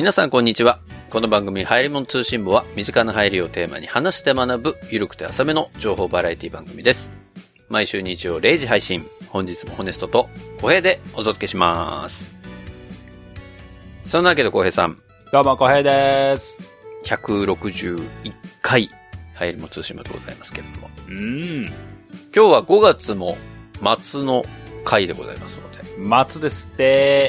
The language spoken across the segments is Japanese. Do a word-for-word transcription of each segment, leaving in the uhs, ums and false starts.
皆さんこんにちは。この番組、はやりもん通信簿は、身近な入りをテーマに話して学ぶ、ゆるくて浅めの情報バラエティ番組です。毎週日曜れいじ配信、本日もホネストと小平でお届けします。そんなわけで小平さん。 どうも小平です。 ひゃくろくじゅういっかい、はやりもん通信簿でございますけれども。 うーん。 今日はごがつも末の回でございますので。 末ですって。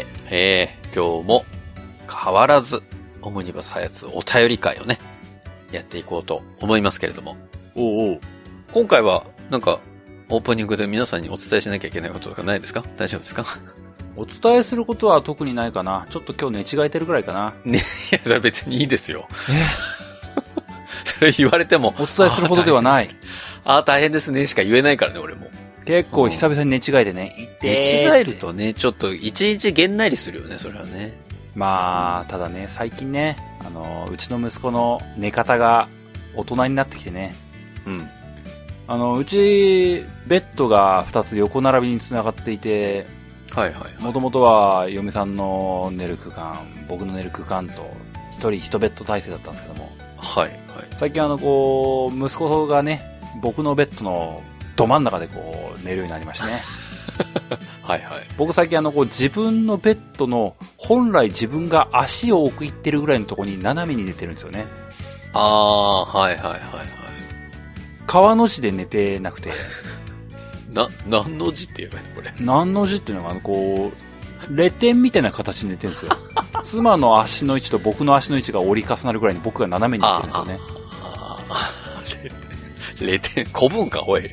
ええ、今日も変わらず、オムニバスはやつお便り会をね、やっていこうと思いますけれども。 おうおう。 今回は、なんか、オープニングで皆さんにお伝えしなきゃいけないこととかないですか？大丈夫ですか？ お伝えすることは特にないかな。ちょっと今日寝違えてるぐらいかな。 ね、いや、それ別にいいですよ。えそれ言われても。 お伝えするほどではない。 ああ、大変ですねしか言えないからね、俺も。 結構久々に寝違えてね。 寝違えるとね、ちょっと一日げんなりするよね、それはね。 まあ、ただね、最近ね、あの、うちの息子の寝方が大人になってきてね。 うん。 あの、うち、ベッドがふたつ横並びに繋がっていて、 はいはい、はい。 もともとは嫁さんの寝る空間、僕の寝る空間と、一人一ベッド体制だったんですけども。 はいはい。 最近あの、こう、息子がね、僕のベッドのど真ん中でこう、寝るようになりましたね。 はいはい。 僕最近あの、こう、自分のベッドの、本来自分が足を置いてるぐらいのところに斜めに寝てるんですよね。 ああ、はいはいはいはい。 川の字で寝てなくて。 な、何の字って言えばいいのこれ。 何の字っていうのがあの、こう、レ点みたいな形に寝てるんですよ。妻の足の位置と僕の足の位置が折り重なるぐらいに僕が斜めに寝てるんですよね。 ああ、ああ、レ点、古文か、おい。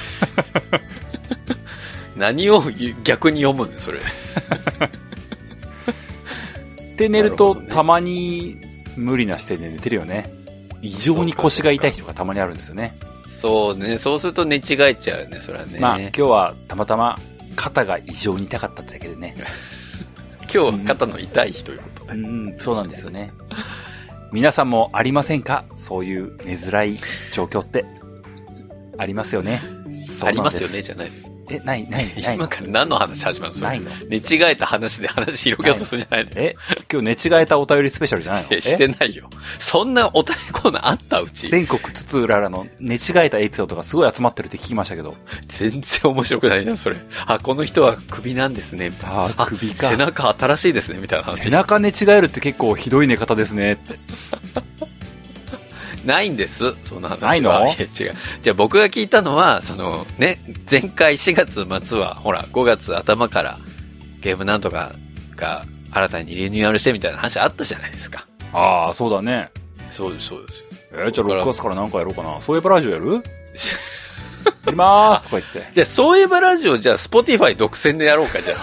何を逆に読むんだよ、それ。 で、寝ると、 ね、 たまに無理な姿勢で寝てるよね。異常に腰が痛い人がたまにあるんですよね。 そうね。そうすると寝違えちゃうね、それはね。 まあ、今日はたまたま肩が異常に痛かったってだけでね。 今日は肩の痛い日ということで。 うん、うん、そうなんですよね。皆さんもありませんか？そういう寝づらい状況って。ありますよね。 ありますよね、じゃない。 え、ない、ない、ない。 今から何の話始まるの？ ないの？ 寝違えた話で話広げようとするんじゃないの？ え、今日寝違えたお便りスペシャルじゃないの？ え、してないよ。そんなお便りコーナーあったうち。 全国津々浦々の寝違えたエピソードがすごい集まってるって聞きましたけど。 全然面白くないな、それ。あ、この人は首なんですね。 あ、首か。 背中新しいですね、みたいな話。 背中寝違えるって結構ひどい寝方ですねって。 ないんです。そんな話は。 ないの？ いや、違う。じゃあ僕が聞いたのは、そのね、前回しがつ末は、ほら、ごがつ頭からゲームなんとかが新たにリニューアルしてみたいな話あったじゃないですか。 ああ、そうだね。 そうです、そうです。 えー、じゃあろくがつから何かやろうかな。そういえばラジオやる？やりまーすとか言って。 じゃあそういえばラジオ、じゃあ Spotify 独占でやろうか、じゃ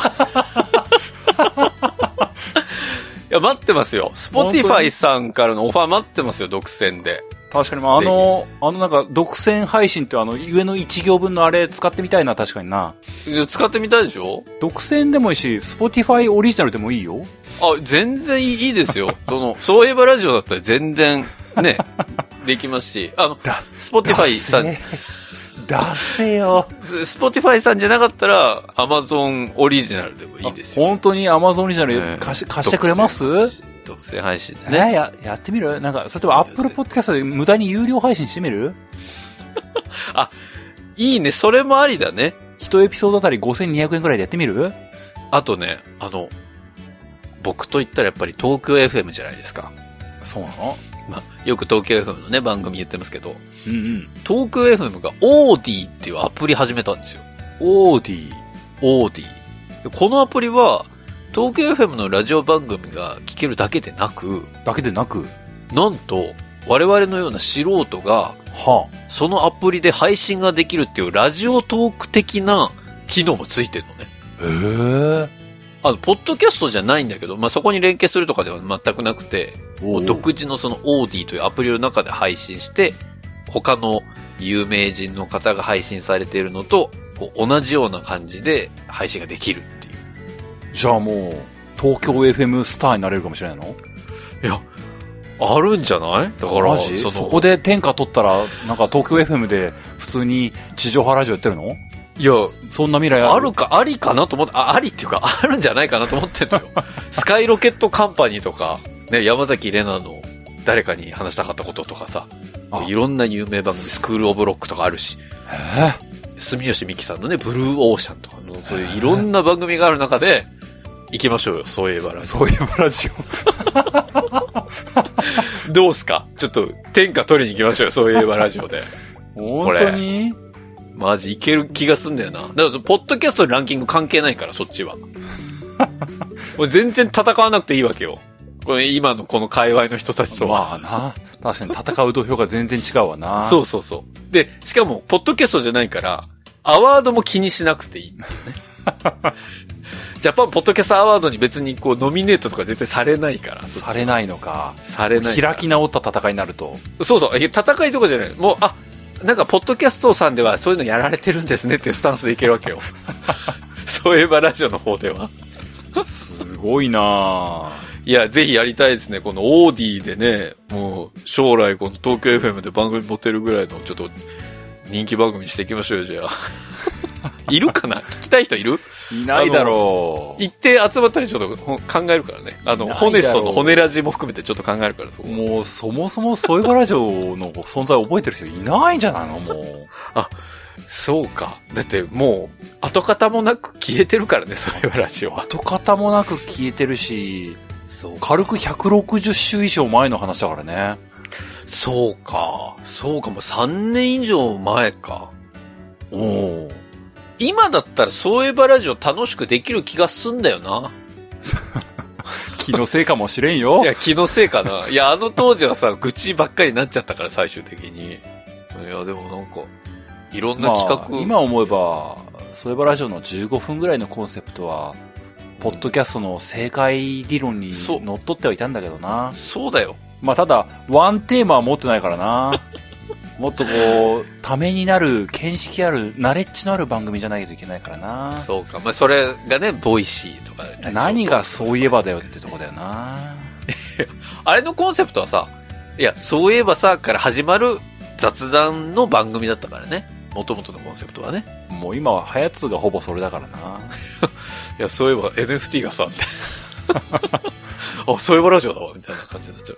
あ。いや、待ってますよ。Spotify さんからのオファー待ってますよ、独占で。 確かに、まあ、あの、あのなんか、独占配信ってあの、上のいち行分のあれ使ってみたいな、確かにな。 使ってみたいでしょ？ 独占でもいいし、Spotify オリジナルでもいいよ。 あ、全然いいですよ。その、そういえばラジオだったら全然、ね、できますし、あの、Spotify さん、 出せよ。 Spotify さんじゃなかったら、Amazon オリジナルでもいいですよ。 本当に Amazon オリジナル貸し、貸してくれます？ 独占配信でね。や、やってみる？なんか、それとも Apple Podcast で無駄に有料配信してみる？ あ、いいね。それもありだね。 一エピソードあたりごせんにひゃくえんくらいでやってみる？ あとね、あの、僕と言ったらやっぱり東京 エフエム じゃないですか。 そうなの？ まあ、よく東京 エフエム のね、番組言ってますけど、 うんうん。 東京 エフエム が オーディー っていうアプリ始めたんですよ。 オーディー。 オーディー。このアプリは、東京 エフエム のラジオ番組が聞けるだけでなく、 だけでなく、 なんと、我々のような素人が、 はあ、 そのアプリで配信ができるっていうラジオトーク的な機能もついてるのね。 へえ。 あの、ポッドキャストじゃないんだけど、まあ、そこに連携するとかでは全くなくて、もう独自のそのオーディーというアプリの中で配信して、他の有名人の方が配信されているのと、こう同じような感じで配信ができるっていう。 じゃあもう、東京 エフエム スターになれるかもしれないの？ いや、あるんじゃない？だから、 マジ？そそこで天下取ったら、なんか東京 エフエム で普通に地上波ラジオやってるの？ いや、 そんな未来ある？ あるか、ありかなと思って、あ、ありっていうか、あるんじゃないかなと思ってんのよ。スカイロケットカンパニーとか、 ね、山崎怜奈の誰かに話したかったこととかさ、いろんな有名番組、スクールオブロックとかあるし、住吉美希さんのね、ブルーオーシャンとかの、そういういろんな番組がある中で、行きましょうよ、そういえばラジオ。 そういえばラジオ。どうすかちょっと、天下取りに行きましょうよ、そういえばラジオで。 本当にマジいける気がすんだよな。だから、ポッドキャストのランキング関係ないから、そっちは。これ全然戦わなくていいわけよ。これ今のこの界隈の人たちとは。 まあな。確かに戦う土俵が全然違うわな。 そうそうそう。で、しかも、ポッドキャストじゃないから、アワードも気にしなくていいんだよね。ジャパンポッドキャストアワードに別にこうノミネートとか絶対されないから。 されないのか。 されない。 開き直った戦いになると。 そうそう。戦いとかじゃない。もう、あ、なんかポッドキャストさんではそういうのやられてるんですねっていうスタンスでいけるわけよ。そういえばラジオの方では。 すごいなぁ。 いや、ぜひやりたいですね。このオーディでね、もう将来この東京 エフエム で番組持てるぐらいのちょっと人気番組にしていきましょうよ、じゃあ。いるかな聞きたい人いるいないだろう。 一定集まったりちょっと考えるからね。あの、ホネストの骨ラジも含めてちょっと考えるから。 もうそもそもそういうラジオの存在を覚えてる人いないんじゃないのもう。 あ、そうか。だってもう、跡形もなく消えてるからね、そういうラジオは。 跡形もなく消えてるし、そう軽くひゃくろくじゅっしゅう以上前の話だからね。 そうか。そうか、もうさんねん以上前か。 おお。 今だったらそういえばラジオ楽しくできる気がすんだよな。 気のせいかもしれんよ。 いや、気のせいかな。いや、あの当時はさ、愚痴ばっかりになっちゃったから、最終的に。いや、でもなんか、いろんな企画。 まあ、今思えば、そういえばラジオのじゅうごふんぐらいのコンセプトは、ポッドキャストの正解理論にのっとってはいたんだけどな。 そうだよ。 まあ、ただ、ワンテーマは持ってないからな。もっとこう、ためになる、見識ある、ナレッジのある番組じゃないといけないからな。 そうか。まあ、それがね、ボイシーとか。 何がそういえばだよってとこだよな。 あれのコンセプトはさ、いや、そういえばさ、から始まる雑談の番組だったからね。元々のコンセプトはね。 もう今はハヤツがほぼそれだからな。 いや、そういえば エヌエフティー がさ、みたいな。あ、そういえばラジオだわ、みたいな感じになっちゃう。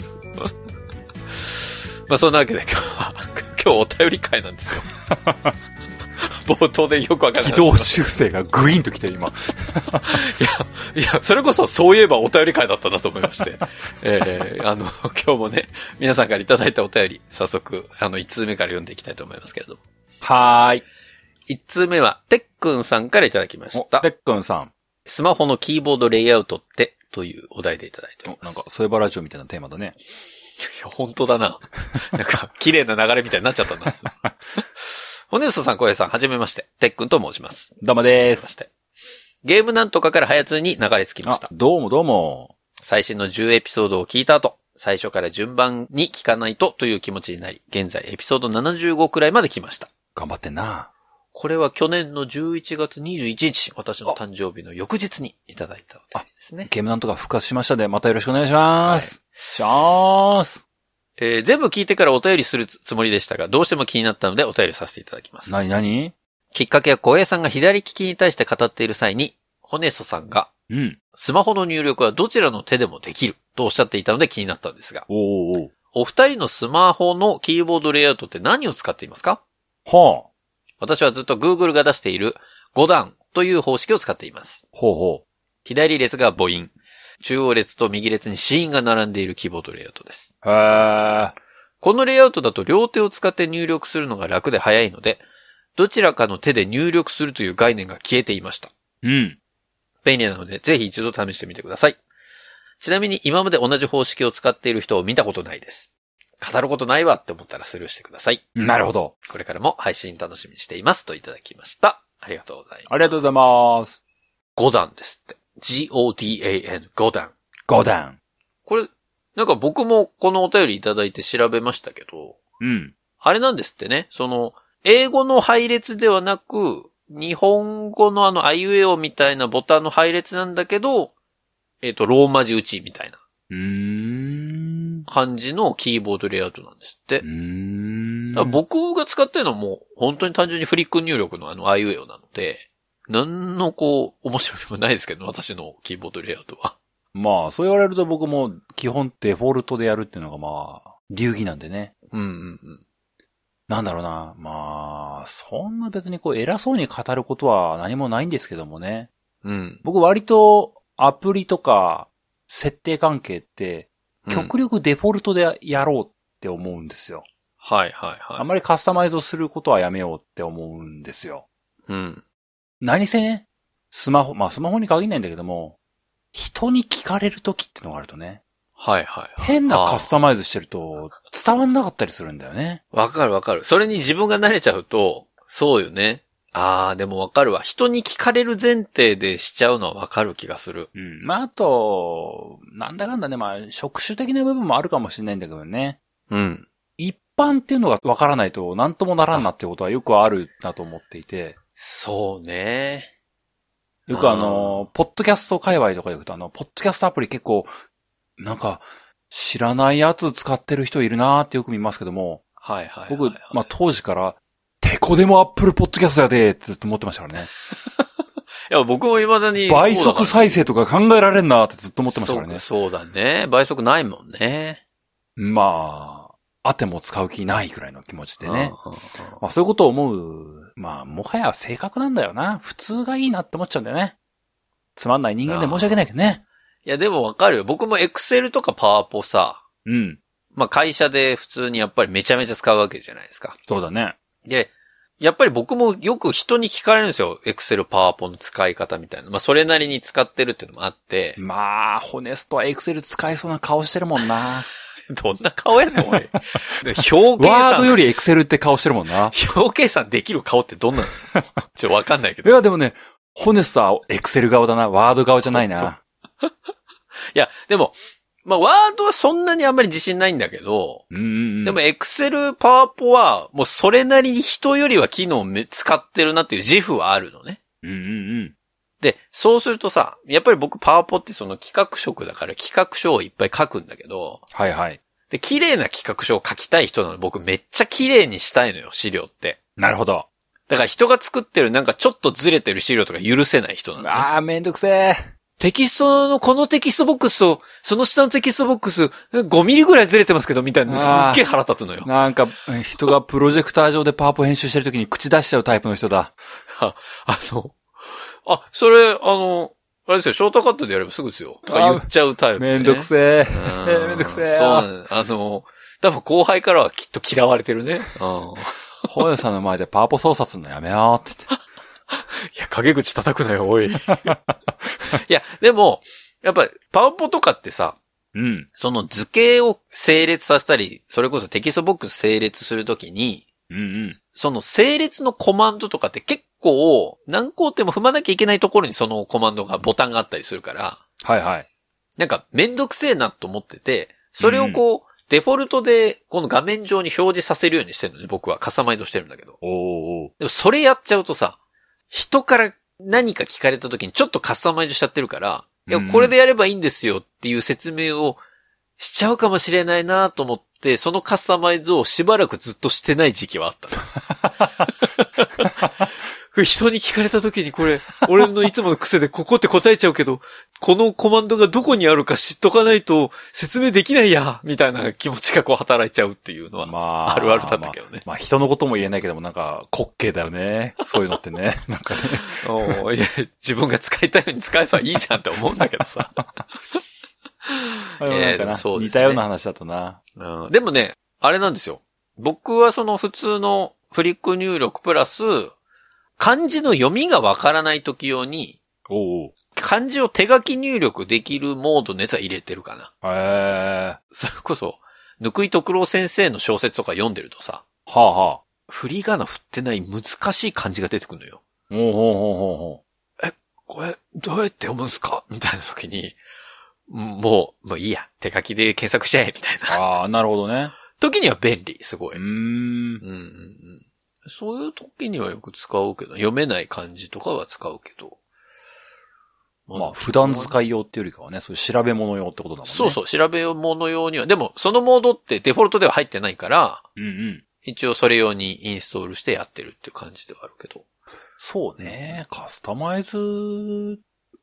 まあ、そんなわけで今日は、今日お便り会なんですよ。冒頭でよくわかんない。 軌道修正がグイーンと来てる今。いや、いや、それこそそういえばお便り会だったなと思いまして。えー、あの、今日もね、皆さんからいただいたお便り、早速、あの、一通目から読んでいきたいと思いますけれども。 はーい。 一通目は、てっくんさんからいただきました。 てっくんさん。 スマホのキーボードレイアウトってというお題でいただいております。 なんか、そういえばラジオみたいなテーマだね。 いや、本当だな。なんか、綺麗な流れみたいになっちゃったな。ホネストさん、小平さん、はじめまして。てっくんと申します。 どうもです。 ゲームなんとかから早通に流れ着きました。 どうもどうも。 最新のじゅうエピソードを聞いた後、最初から順番に聞かないとという気持ちになり、現在エピソードななじゅうごくらいまで来ました。 頑張ってんな。 これは去年のじゅういちがつにじゅういちにち、私の誕生日の翌日にいただいたお便りですね。 ゲームなんとか復活しましたで、またよろしくお願いします。はい、しゃーす。 えー、全部聞いてからお便りするつもりでしたが、どうしても気になったのでお便りさせていただきます。 なになに？ きっかけは小平さんが左利きに対して語っている際に、ホネストさんが、 うん。 スマホの入力はどちらの手でもできるとおっしゃっていたので気になったんですが、 おーおー。 お二人のスマホのキーボードレイアウトって何を使っていますか？ はあ。 私はずっと Google が出しているご段という方式を使っています。 ほうほう。 左列が母音、中央列と右列に子音が並んでいるキーボードレイアウトです。 へー。 このレイアウトだと両手を使って入力するのが楽で早いので、どちらかの手で入力するという概念が消えていました。 うん。 便利なので、ぜひ一度試してみてください。ちなみに今まで同じ方式を使っている人を見たことないです。語ることないわって思ったらスルーしてください。 なるほど。 これからも配信楽しみにしていますといただきました。ありがとうございます。 ありがとうございます。 ご段ですって。ジーオーディーエーエヌ、ご段。 ご段。 これ、なんか僕もこのお便りいただいて調べましたけど、 うん。 あれなんですってね、その、英語の配列ではなく、日本語のあの、あいうえおみたいなボタンの配列なんだけど、えっと、ローマ字打ちみたいな。 うーん。 感じのキーボードレイアウトなんですって。 うーん。 だから僕が使ってるのはもう、本当に単純にフリック入力のあの、あいうえおなので、なんのこう、面白みもないですけど、私のキーボードレイアウトは。 まあ、そう言われると僕も基本デフォルトでやるっていうのがまあ、流儀なんでね。 うんうんうん。 なんだろうな。まあ、そんな別にこう偉そうに語ることは何もないんですけどもね。 うん。 僕割とアプリとか設定関係って極力デフォルトでやろうって思うんですよ。 うん、はいはいはい。 あまりカスタマイズをすることはやめようって思うんですよ。 うん。 何せね、スマホ、まあスマホに限らないんだけども、人に聞かれるときってのがあるとね。 はいはい、はい。 変なカスタマイズしてると伝わんなかったりするんだよね。 わかるわかる。それに自分が慣れちゃうと、そうよね。ああ、でもわかるわ。人に聞かれる前提でしちゃうのはわかる気がする。 うん。まあ、あと、なんだかんだね、まあ、職種的な部分もあるかもしれないんだけどね。 うん。 一般っていうのがわからないと何ともならんなってことはよくあるなと思っていて。 そうね。 よくあの、ポッドキャスト界隈とかで言うと、あの、ポッドキャストアプリ結構、なんか、知らないやつ使ってる人いるなーってよく見ますけども。 はいはいはい、はい。 僕、まあ当時から、テコでもアップルポッドキャストやでーってずっと思ってましたからね。 いや、僕も未だに。 倍速再生とか考えられんなーってずっと思ってましたからね。 そう、そうだね。倍速ないもんね。 まあ、あても使う気ないくらいの気持ちでね。まあそういうことを思う。まあ、もはや性格なんだよな。普通がいいなって思っちゃうんだよね。つまんない人間で申し訳ないけどね。 いや、でもわかるよ。僕もエクセルとかパワポさ。 うん。 まあ会社で普通にやっぱりめちゃめちゃ使うわけじゃないですか。 そうだね。 で、やっぱり僕もよく人に聞かれるんですよ。エクセルパワポの使い方みたいな。まあそれなりに使ってるっていうのもあって。 まあ、ホネストはエクセル使えそうな顔してるもんな。 どんな顔やねん、おい。表計算。 ワードよりエクセルって顔してるもんな。 表計算できる顔ってどんなんですかちょっとわかんないけど。 いや、でもね、ホネストはエクセル顔だな。ワード顔じゃないな。 いや、でも、まあ、ワードはそんなにあんまり自信ないんだけど、 うんうんうん、 でも、エクセルパワポは、もうそれなりに人よりは機能を使ってるなっていう自負はあるのね。 うんうんうん。 で、そうするとさ、やっぱり僕パワポってその企画職だから企画書をいっぱい書くんだけど、 はいはい。 で、綺麗な企画書を書きたい人なの僕めっちゃ綺麗にしたいのよ、資料って。 なるほど。 だから人が作ってるなんかちょっとずれてる資料とか許せない人なの、ね。 あー、めんどくせー。 テキストのこのテキストボックスと、その下のテキストボックス、ごミリぐらいずれてますけど、みたいな、すっげえ腹立つのよ。 なんか、人がプロジェクター上でパワポ編集してるときに口出しちゃうタイプの人だ。 あ、あの、あ、それ、あの、あれですよ、ショートカットでやればすぐですよ。とか言っちゃうタイプ、ね。 めんどくせー。めんどくせー。 そうなんです。あの、多分後輩からはきっと嫌われてるね。 本屋さんの前でパワポ操作するのやめようって言って。 いや、陰口叩くなよ、おい。いや、でも、やっぱ、パワポとかってさ、 うん。 その図形を整列させたり、それこそテキストボックス整列するときに、 うんうん。 その整列のコマンドとかって結構、何工程も踏まなきゃいけないところにそのコマンドが、ボタンがあったりするから、 はいはい。 なんかめんどくせえなと思ってて、それをこう、うん、デフォルトで、この画面上に表示させるようにしてるのね、僕はカスタマイズしてるんだけど。 おーおー。 でもそれやっちゃうとさ、人から何か聞かれた時にちょっとカスタマイズしちゃってるから、いや、これでやればいいんですよっていう説明をしちゃうかもしれないなと思って、そのカスタマイズをしばらくずっとしてない時期はあったの。人に聞かれた時にこれ、俺のいつもの癖でここって答えちゃうけど、このコマンドがどこにあるか知っとかないと説明できないや、みたいな気持ちがこう働いちゃうっていうのは、まあ、あるあるだったけどね。 まあ、まあ、人のことも言えないけども、なんか、滑稽だよね。そういうのってね。なんかね。 おいや自分が使いたいように使えばいいじゃんって思うんだけどさ。 えー、でもそうですね。似たような話だとな、 うん。でもね、あれなんですよ。僕はその普通のフリック入力プラス、漢字の読みがわからない時用に、 おうおう漢字を手書き入力できるモードのやつは入れてるかな。 へー。 それこそ、ぬくいとくろう先生の小説とか読んでるとさ、 はあはあ、 振り仮名振ってない難しい漢字が出てくるのよ。 ほうほうほうほう。え、これ、どうやって読むんすかみたいな時に、もう、もういいや、手書きで検索しちゃえ、みたいな。 ああ、なるほどね。 時には便利、すごい。 うーん。 うんうんうん。そういう時にはよく使うけど、読めない漢字とかは使うけど。 まあ、普段使い用っていうよりかはね、そういう調べ物用ってことだもんね。 そうそう、調べ物用には。でも、そのモードってデフォルトでは入ってないから、 うんうん。 一応それ用にインストールしてやってるっていう感じではあるけど。 そうね。カスタマイズ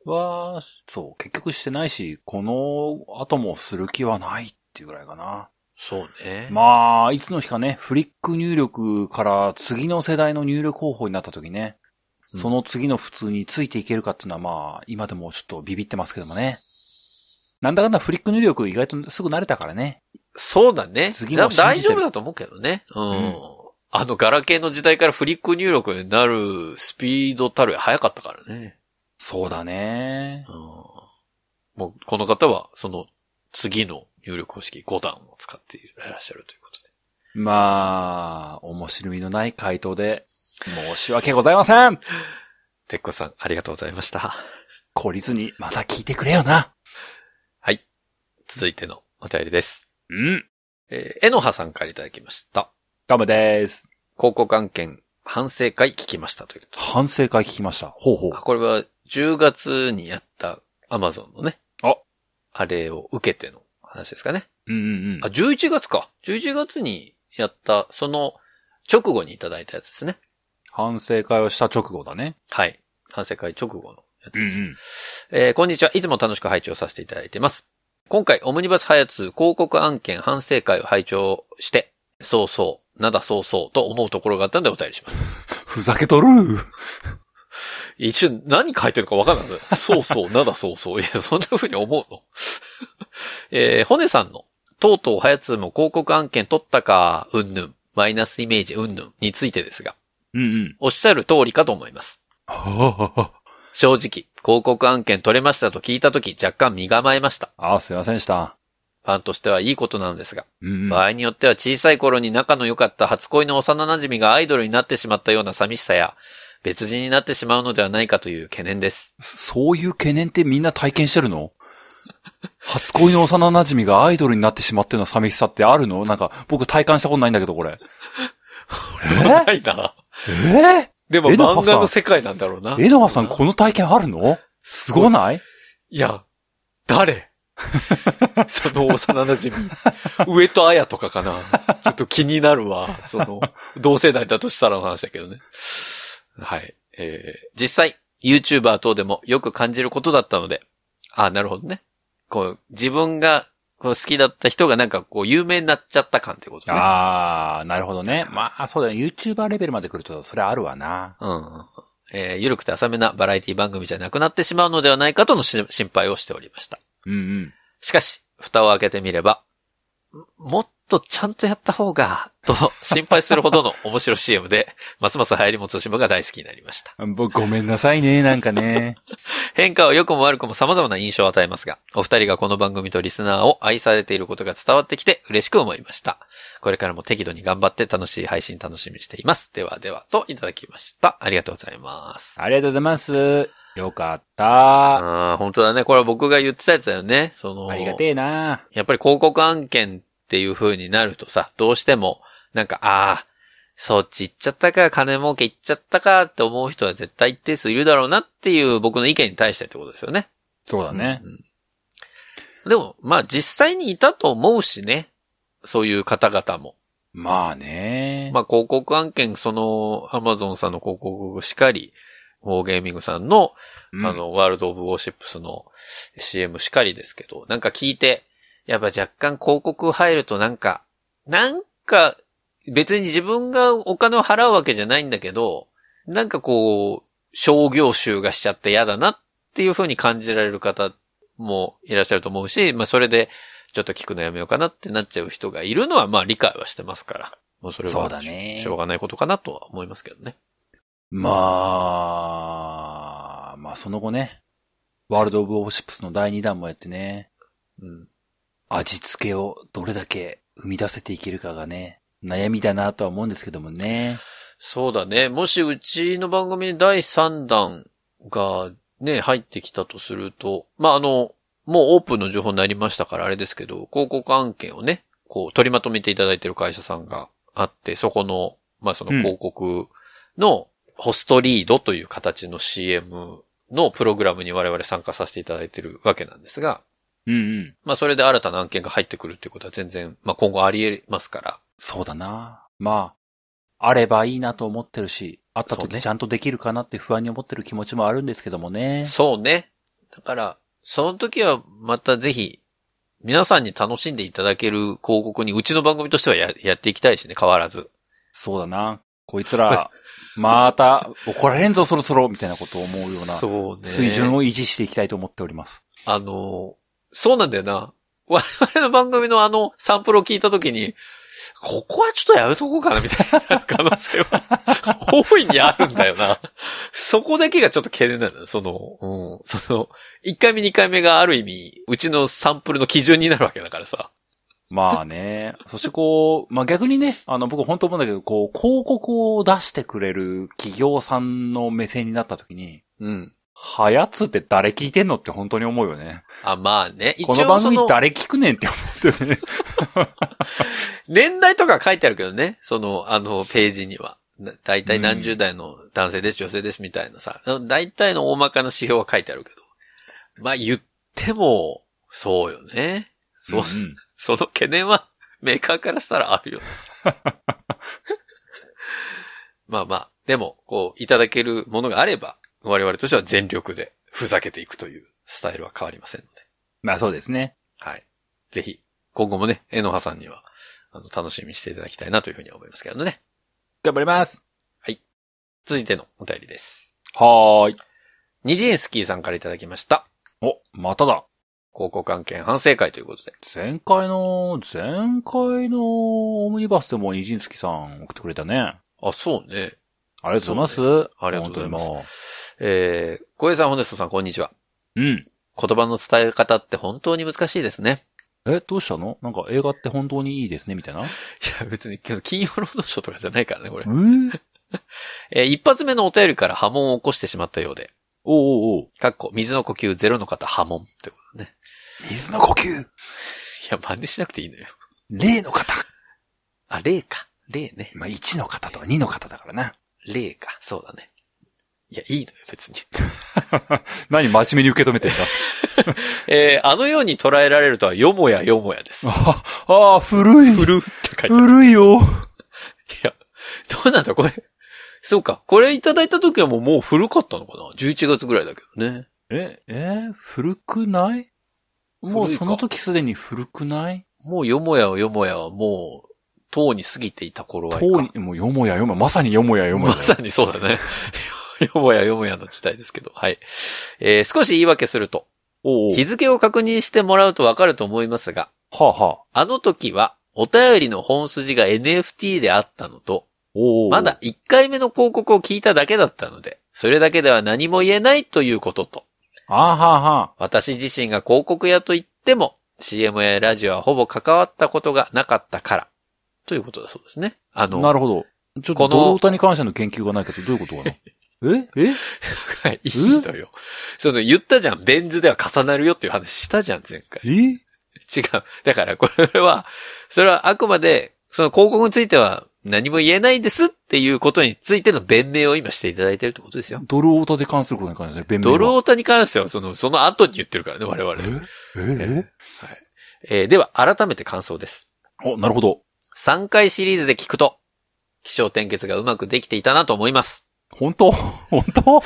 は、そう、結局してないし、この後もする気はないっていうぐらいかな。 そうね。 まあ、いつの日かね、フリック入力から次の世代の入力方法になった時ね、うん、その次の普通についていけるかっていうのはまあ、今でもちょっとビビってますけどもね。なんだかんだフリック入力意外とすぐ慣れたからね。 そうだね。次も大丈夫だと思うけどね。うん。うん、あのガラケーの時代からフリック入力になるスピードたるや早かったからね。 そうだね。 うん、もうこの方はその次の入力方式ご段を使っていらっしゃるということで。 まあ、面白みのない回答で申し訳ございません。 てっこさんありがとうございました。 懲りずにまた聞いてくれよな。 はい。続いてのお便りです。 うん。 えー、えのはさんからいただきました。 どうもです。 広告案件反省会聞きましたということ。 反省会聞きました。ほうほう。 これはじゅうがつにやったアマゾンのね。 あ。 あれを受けての話ですかね。 うんうんうん。 あ、じゅういちがつか。じゅういちがつにやった、その直後にいただいたやつですね。 反省会をした直後だね。 はい。反省会直後のやつです。 うんうん、 えー、こんにちは。いつも楽しく拝聴させていただいています。今回、オムニバスハヤツ広告案件反省会を拝聴して、そうそう、なだそうそうと思うところがあったのでお便りします。 ふざけとる一瞬何書いてるかわかんない。そうそう、なだそうそう。いや、そんな風に思うのえー、ホネさんの、とうとうハヤツも広告案件取ったか、うんぬん、マイナスイメージうんぬんについてですが、 うんうん。 おっしゃる通りかと思います。正直、広告案件取れましたと聞いたとき若干身構えました。 ああ、すいませんでした。 ファンとしてはいいことなのですが、 うんうん、 場合によっては小さい頃に仲の良かった初恋の幼馴染がアイドルになってしまったような寂しさや、別人になってしまうのではないかという懸念です。 そういう懸念ってみんな体験してるの？初恋の幼馴染がアイドルになってしまってるような寂しさってあるの？なんか僕体感したことないんだけどこれ。 俺もないな。 えー、 でも漫画の世界なんだろうな。 えのはさんこの体験あるの？すごない？ いや、誰その幼馴染。上戸彩とかかな。ちょっと気になるわ。その、同世代だとしたらの話だけどね。はい。えー、実際、YouTuber 等でもよく感じることだったので、あ、なるほどね。こう、自分がこう好きだった人がなんかこう有名になっちゃった感ってことね。 あー、なるほどね。まあ、そうだよ。YouTuber レベルまで来ると、それあるわな。 うん。えー、ゆるくて浅めなバラエティ番組じゃなくなってしまうのではないかとの心配をしておりました。 うんうん。 しかし、蓋を開けてみれば、もっとちゃんとやった方が、と心配するほどの面白い シーエム で、ますます流行りもつしむが大好きになりました。 ごめんなさいね、なんかね。 変化は良くも悪くも様々な印象を与えますが、お二人がこの番組とリスナーを愛されていることが伝わってきて嬉しく思いました。これからも適度に頑張って楽しい配信楽しみにしています。ではではといただきました。ありがとうございます。 ありがとうございます。よかった。 ああ、本当だね。これは僕が言ってたやつだよね。その。 ありがてえな。 やっぱり広告案件っていう風になるとさ、どうしても、なんか、ああ、そっち行っちゃったか、金儲け行っちゃったかって思う人は絶対一定数いるだろうなっていう僕の意見に対してってことですよね。 そうだね。 うんうん、でも、まあ実際にいたと思うしね。そういう方々も。 まあね。 まあ広告案件、その、アマゾンさんの広告しかり、ウォーゲーミングさんの、うん、あの、ワールドオブウォーシップスの シーエム しかりですけど、なんか聞いて、やっぱ若干広告入るとなんか、なんか、別に自分がお金を払うわけじゃないんだけど、なんかこう、商業集がしちゃって嫌だなっていう風に感じられる方もいらっしゃると思うし、まあそれでちょっと聞くのやめようかなってなっちゃう人がいるのはまあ理解はしてますから、もうそれはそうだね。 しょうがないことかなとは思いますけどね。 まあ、まあその後ね、ワールドオブウォーシップスのだいにだんもやってね、うん、味付けをどれだけ生み出せていけるかがね、悩みだなとは思うんですけどもね。 そうだね。もしうちの番組にだいさんだんがね、入ってきたとすると、まあ、あの、もうオープンの情報になりましたからあれですけど、広告案件をね、こう取りまとめていただいている会社さんがあって、そこの、まあ、その広告のホストリードという形の シーエム のプログラムに我々参加させていただいているわけなんですが、 うんうん。 まあ、それで新たな案件が入ってくるっていうことは全然、まあ、今後あり得ますから。 そうだな。まあ、あればいいなと思ってるし、あった時ちゃんとできるかなって不安に思ってる気持ちもあるんですけどもね。 そうね。 だから、その時はまたぜひ、皆さんに楽しんでいただける広告にうちの番組としては や, やっていきたいしね、変わらず。 そうだな。こいつら、また怒られんぞそろそろみたいなことを思うようなそうね。 水準を維持していきたいと思っております。 あの、そうなんだよな。我々の番組のあのサンプルを聞いたときに、ここはちょっとやめとこうかなみたいな可能性は大いにあるんだよな。そこだけがちょっと懸念なんだよ。その、うん、その、いっかいめにかいめがある意味、うちのサンプルの基準になるわけだからさ。 まあね。そしてこう、まあ逆にね、あの僕本当思うんだけど、こう、広告を出してくれる企業さんの目線になった時に、 うん。 はやつって誰聞いてんのって本当に思うよね。 あ、まあね。 この番組誰聞くねんって思ってね。 年代とか書いてあるけどね。その、あの、ページには。だいたい何十代の男性です、女性ですみたいなさ。だいたいの大まかな指標は書いてあるけど。まあ言っても、そうよね。そう、うんうん、その懸念はメーカーからしたらあるよね。まあまあ、でも、こう、いただけるものがあれば、我々としては全力でふざけていくというスタイルは変わりませんので。 まあそうですね。 はい。ぜひ、今後もね、えのはさんには、あの、楽しみにしていただきたいなというふうに思いますけどね。 頑張ります。 はい。続いてのお便りです。 はーい。 ニジンスキーさんからいただきました。 お、まただ。 広告案件反省会ということで。 前回の、前回のオムニバスでもニジンスキーさん送ってくれたね。 あ、そうね。 ありがとうございます。 ね、ありがとうございます。えー、小江さん、ホネストさん、こんにちは。 うん。 言葉の伝え方って本当に難しいですね。 え、どうしたの？なんか映画って本当にいいですね、みたいな？いや、別に、金曜ロードショーとかじゃないからね、これ。 えーえー、一発目のお便りから波紋を起こしてしまったようで。 おうおうおう。 かっこ、水の呼吸ゼロの方波紋ってことね。 水の呼吸。いや、真似しなくていいのよ。 例の方。 あ、例か。例ね。 まあ、いちの方とかにの方だからな。 例か。そうだね。いや、いいのよ、別に。 何真面目に受け止めてんだ。 えー、あのように捉えられるとはよもやよもやです。 ああ、古い。 古って書いてある。 古いよ。いや、どうなんだ、これ。そうか。これいただいた時はもう、もう古かったのかな ?じゅういちがつぐらいだけどね。 え、えー、古くない？もうその時すでに古くない？ もうよもやよもやはもう、とうに過ぎていた頃合いか。 とうに、もうよもやよもや、まさによもやよもや。 まさにそうだね。よもやよもやの時代ですけど。はい。えー、少し言い訳すると。 おうおう。 日付を確認してもらうとわかると思いますが。 はあはあ。あの時は、お便りの本筋が エヌエフティー であったのと、 おうおう。 まだいっかいめの広告を聞いただけだったので、それだけでは何も言えないということと。 ああはあはあ。 私自身が広告屋と言っても、シーエム やラジオはほぼ関わったことがなかったから。ということだそうですね。あの。 なるほど。ちょっとドロータに関しての研究がないけど、どういうことかなええはい、いいのよ。その言ったじゃん。ベン図では重なるよっていう話したじゃん、前回。 え違う。だからこれは、それはあくまで、その広告については何も言えないですっていうことについての弁明を今していただいてるってことですよ。 ドルオータで関することに関して弁明は。 ドルオータに関してはその、その後に言ってるからね、我々。 ええはい。えー、では、改めて感想です。 お、なるほど。 さんかいシリーズで聞くと、起承転結がうまくできていたなと思います。 本当？本当？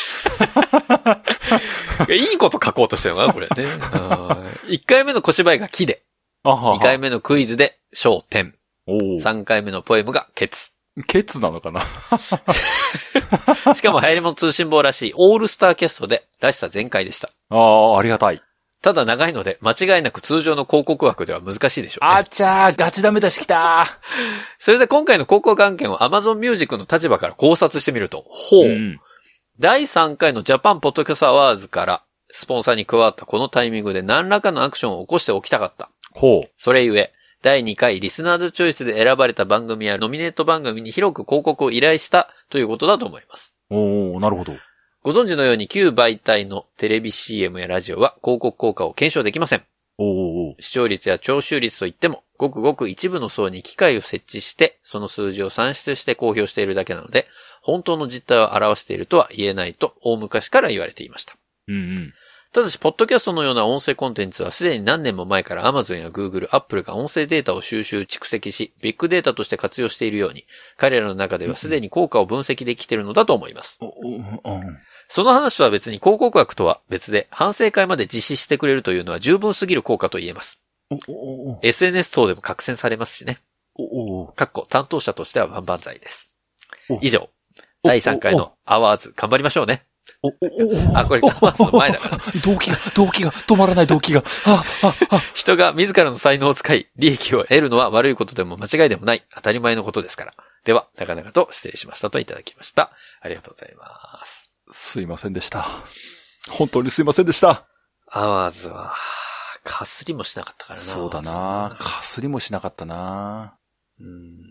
いいこと書こうとしてるのかな、これね。いっかいめの小芝居が木で、にかいめのクイズで焦点、さんかいめのポエムがケツ。 ケツなのかなしかも流行り物通信簿らしいオールスターキャストでらしさ全開でした。 ああ、ありがたい。 ただ長いので間違いなく通常の広告枠では難しいでしょうね。 あちゃー、ガチダメ出しきたー。 それで今回の広告案件を Amazon Music の立場から考察してみると、ほう。うん、だいさんかいのジャパンポッドキャストアワーズからスポンサーに加わったこのタイミングで何らかのアクションを起こしておきたかった。 ほう。 それゆえ、だいにかいリスナーズチョイスで選ばれた番組やノミネート番組に広く広告を依頼したということだと思います。 おー、なるほど。 ご存知のように旧媒体のテレビ シーエム やラジオは広告効果を検証できません。 おーおー。 視聴率や聴取率といっても、ごくごく一部の層に機械を設置して、その数字を算出して公表しているだけなので、本当の実態を表しているとは言えないと大昔から言われていました。 うんうん。 ただし、ポッドキャストのような音声コンテンツはすでに何年も前から Amazon や Google、Apple が音声データを収集蓄積し、ビッグデータとして活用しているように、彼らの中ではすでに効果を分析できているのだと思います。 うんうん、 その話とは別に広告枠とは別で反省会まで実施してくれるというのは十分すぎる効果と言えます。 おおおエスエヌエス 等でも拡散されますしね。 おおかっこ担当者としては万々歳です。以上、だいさんかいのアワーズ頑張りましょうね。 おおおあ、これアワーズの前だから。 動機が、動機が、止まらない動機が。あああ人が自らの才能を使い、利益を得るのは悪いことでも間違いでもない、当たり前のことですから。では、なかなかと失礼しましたといただきました。ありがとうございます。 すいませんでした。本当にすいませんでした。 アワーズは、かすりもしなかったからな。 そうだな。かすりもしなかったな。 うん。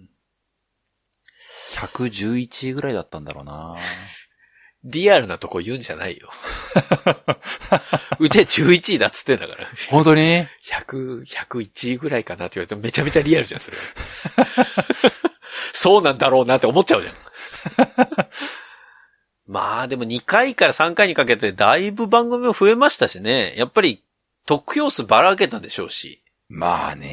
ひゃくじゅういちいぐらいだったんだろうな。 リアルなとこ言うんじゃないよ。うちはじゅういちいだっつってんだから。 本当に ? ひゃく、ひゃくいちいぐらいかなって言われてめちゃめちゃリアルじゃん、それ。そうなんだろうなって思っちゃうじゃん。まあでもにかいからさんかいにかけてだいぶ番組も増えましたしね。やっぱり得票数ばらけたでしょうし。 まあ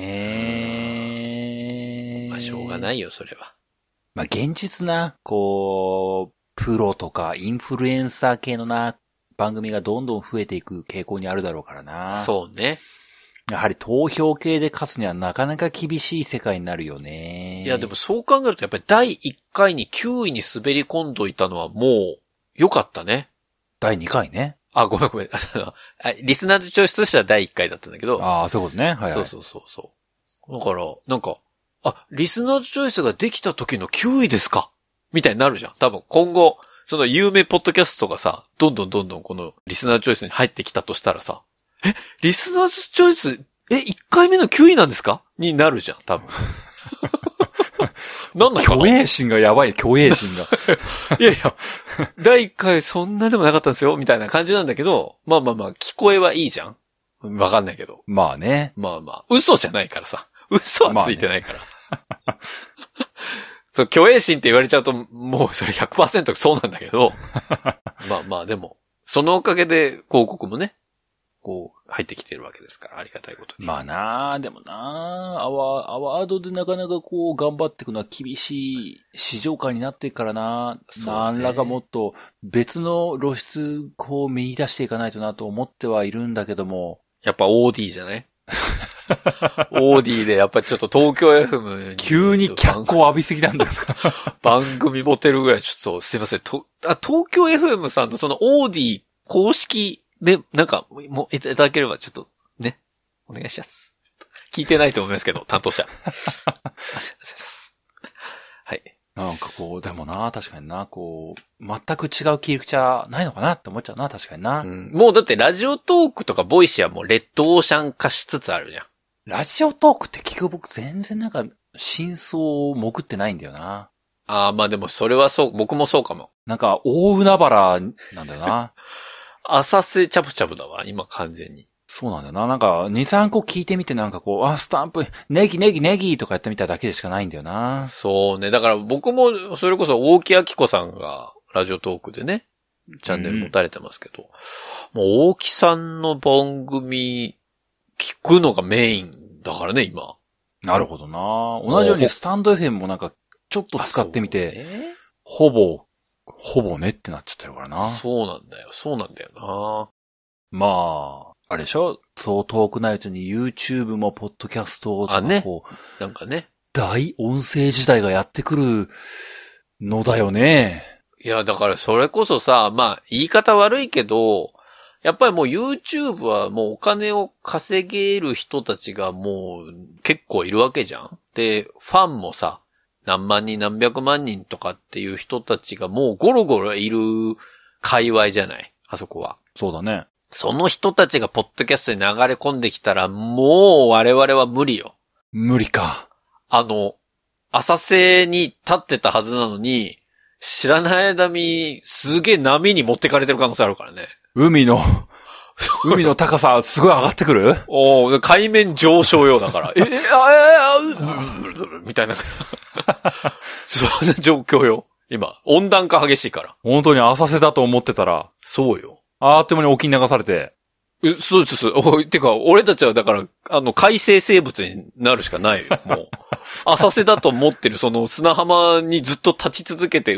ね。 まあしょうがないよ、それは。 まあ現実な、こう、プロとかインフルエンサー系のな、番組がどんどん増えていく傾向にあるだろうからな。 そうね。 やはり投票系で勝つにはなかなか厳しい世界になるよね。 いやでもそう考えるとやっぱりだいいっかいにきゅういに滑り込んどいたのはもう良かったね。 だいにかいね。 あ、ごめんごめん。リスナーズチョイスとしてはだいいっかいだったんだけど。 ああ、そういうことね。はい、はい。 そうそうそうそう。だから、なんか、あ、リスナーズチョイスができた時のきゅういですかみたいになるじゃん。多分今後、その有名ポッドキャストがさ、どんどんどんどんこのリスナーズチョイスに入ってきたとしたらさ、え、リスナーズチョイス、え、いっかいめのきゅういなんですかになるじゃん、多分。なんだか虚栄心がやばい、虚栄心が。 いやいや、だいいっかいそんなでもなかったんですよ、みたいな感じなんだけど、まあまあまあ、聞こえはいいじゃんわかんないけど。 まあね。 まあまあ、嘘じゃないからさ。嘘はついてないから。まあね、そう、虚栄心って言われちゃうと、もうそれ ひゃくパーセント そうなんだけど、まあまあでも、そのおかげで広告もね、こう、入ってきてるわけですから、ありがたいことに。 まあなあ、でもなあ、アワー、アワードでなかなかこう、頑張っていくのは厳しい市場感になっていくからな、ね、何らかもっと別の露出、こう見出していかないとなと思ってはいるんだけども。 やっぱ オーディー じゃないオーディー でやっぱりちょっと東京 エフエム に。 急に脚光浴びすぎなんだよな。 番組持てるぐらいちょっとすいません。とあ東京 エフエム さんのその オーディー 公式で、なんか、もういただければちょっと、ね、お願いします。聞いてないと思いますけど、担当者。はい。 なんかこう、でもな、確かにな、こう、全く違う切り口はないのかなって思っちゃうな、確かにな。 うん、もうだってラジオトークとかボイシーはもうレッドオーシャン化しつつあるじゃん。 ラジオトークって聞く僕全然なんか、真相を潜ってないんだよな。 ああ、まあでもそれはそう、僕もそうかも。 なんか、大海原なんだよな。 浅瀬チャプチャプだわ、今完全に。 そうなんだよな。なんか、に、さんこ聞いてみてなんかこう、あ、スタンプ、ネギネギネギとかやってみただけでしかないんだよな。 そうね。だから僕も、それこそ大木明子さんが、ラジオトークでね、チャンネル持たれてますけど、うん、もう大木さんの番組、聞くのがメインだからね、今。 なるほどな。同じようにスタンド エフエム もなんか、ちょっと使ってみて、ね、ほぼ、ほぼねってなっちゃってるからな。 そうなんだよ。そうなんだよな。 まあ、あれでしょ？そう遠くないうちに YouTube もポッドキャストとかこう、ね、 なんかね。 大音声時代がやってくるのだよね。 いや、だからそれこそさ、まあ、言い方悪いけど、やっぱりもう YouTube はもうお金を稼げる人たちがもう結構いるわけじゃん。で、ファンもさ、何万人何百万人とかっていう人たちがもうゴロゴロいる界隈じゃない。あそこは。 そうだね。 その人たちがポッドキャストに流れ込んできたらもう我々は無理よ。 無理か。 あの、浅瀬に立ってたはずなのに、知らない間にすげえ波に持ってかれてる可能性あるからね。 海の、海の高さすごい上がってくる？ おー、海面上昇よだから。え、え、あ、え、あ、みたいな。そんな状況よ。今、温暖化激しいから。 本当に浅瀬だと思ってたら。 そうよ。 あっという間に沖に流されて。 え、そうです、そう。てか、俺たちはだから、あの、海生生物になるしかないよ、もう。浅瀬だと思ってる、その砂浜にずっと立ち続けて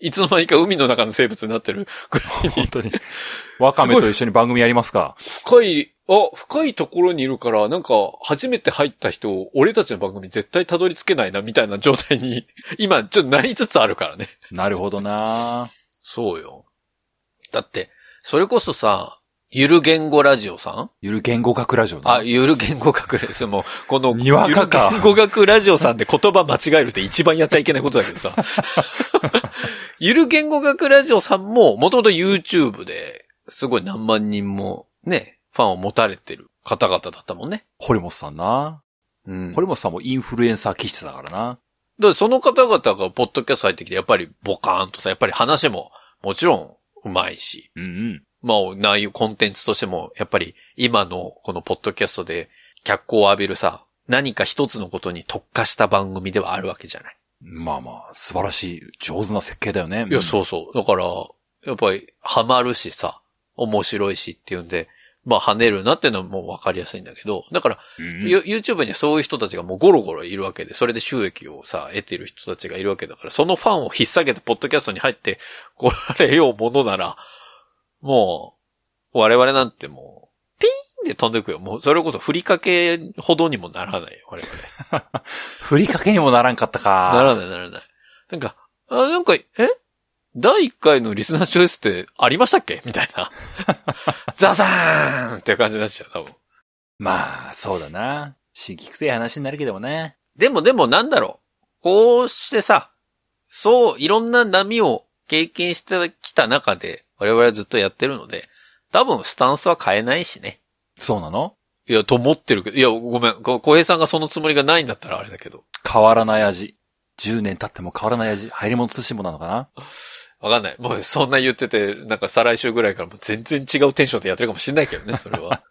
いつの間にか海の中の生物になってるぐらいに。 本当に。ワカメと一緒に番組やりますか？ 深い、あ、深いところにいるから、なんか、初めて入った人、俺たちの番組絶対たどり着けないな、みたいな状態に、今、ちょっとなりつつあるからね。 なるほどな。 そうよ。だって、それこそさ、ゆる言語ラジオさん？ ゆる言語学ラジオね。 あ、ゆる言語学です。もう、この、 にわかか。 ゆる言語学ラジオさんで言葉間違えるって一番やっちゃいけないことだけどさ。ゆる言語学ラジオさんも、もともと YouTube で、すごい何万人も、ね、ファンを持たれてる方々だったもんね。 堀本さんな。うん。堀本さんもインフルエンサー気質だからな。だからその方々がポッドキャスト入ってきて、やっぱりボカーンとさ、やっぱり話も、もちろん、うまいし。 うんうん。 まあ、内容、コンテンツとしても、やっぱり今のこのポッドキャストで脚光を浴びるさ、何か一つのことに特化した番組ではあるわけじゃない。 まあまあ、素晴らしい、上手な設計だよね。 いや、そうそう。だから、やっぱり、ハマるしさ、面白いしっていうんで、まあ、跳ねるなっていうのはもう分かりやすいんだけど、だから、うん、YouTube にはそういう人たちがもうゴロゴロいるわけで、それで収益をさ、得ている人たちがいるわけだから、そのファンを引っ提げてポッドキャストに入ってこれようものなら、もう、我々なんてもう、ピーンで飛んでいくよ。もう、それこそ、ふりかけほどにもならないよ、我々。 ふりかけにもならんかったか。 ならない、ならない。なんか、あ、なんか、えだいいっかいのリスナーチョイスってありましたっけみたいな。ザザーンって感じになっちゃう、多分。 まあ、そうだな。刺激臭い話になるけどもね。 でも、でもなんだろう。こうしてさ、そう、いろんな波を経験してきた中で、我々はずっとやってるので、多分スタンスは変えないしね。 そうなの？ いや、と思ってるけど、いや、ごめん、小平さんがそのつもりがないんだったらあれだけど。 変わらない味。じゅうねん経っても変わらない味。入り物通信簿なのかな？ わかんない。もうそんな言ってて、なんか再来週ぐらいからもう全然違うテンションでやってるかもしれないけどね、それは。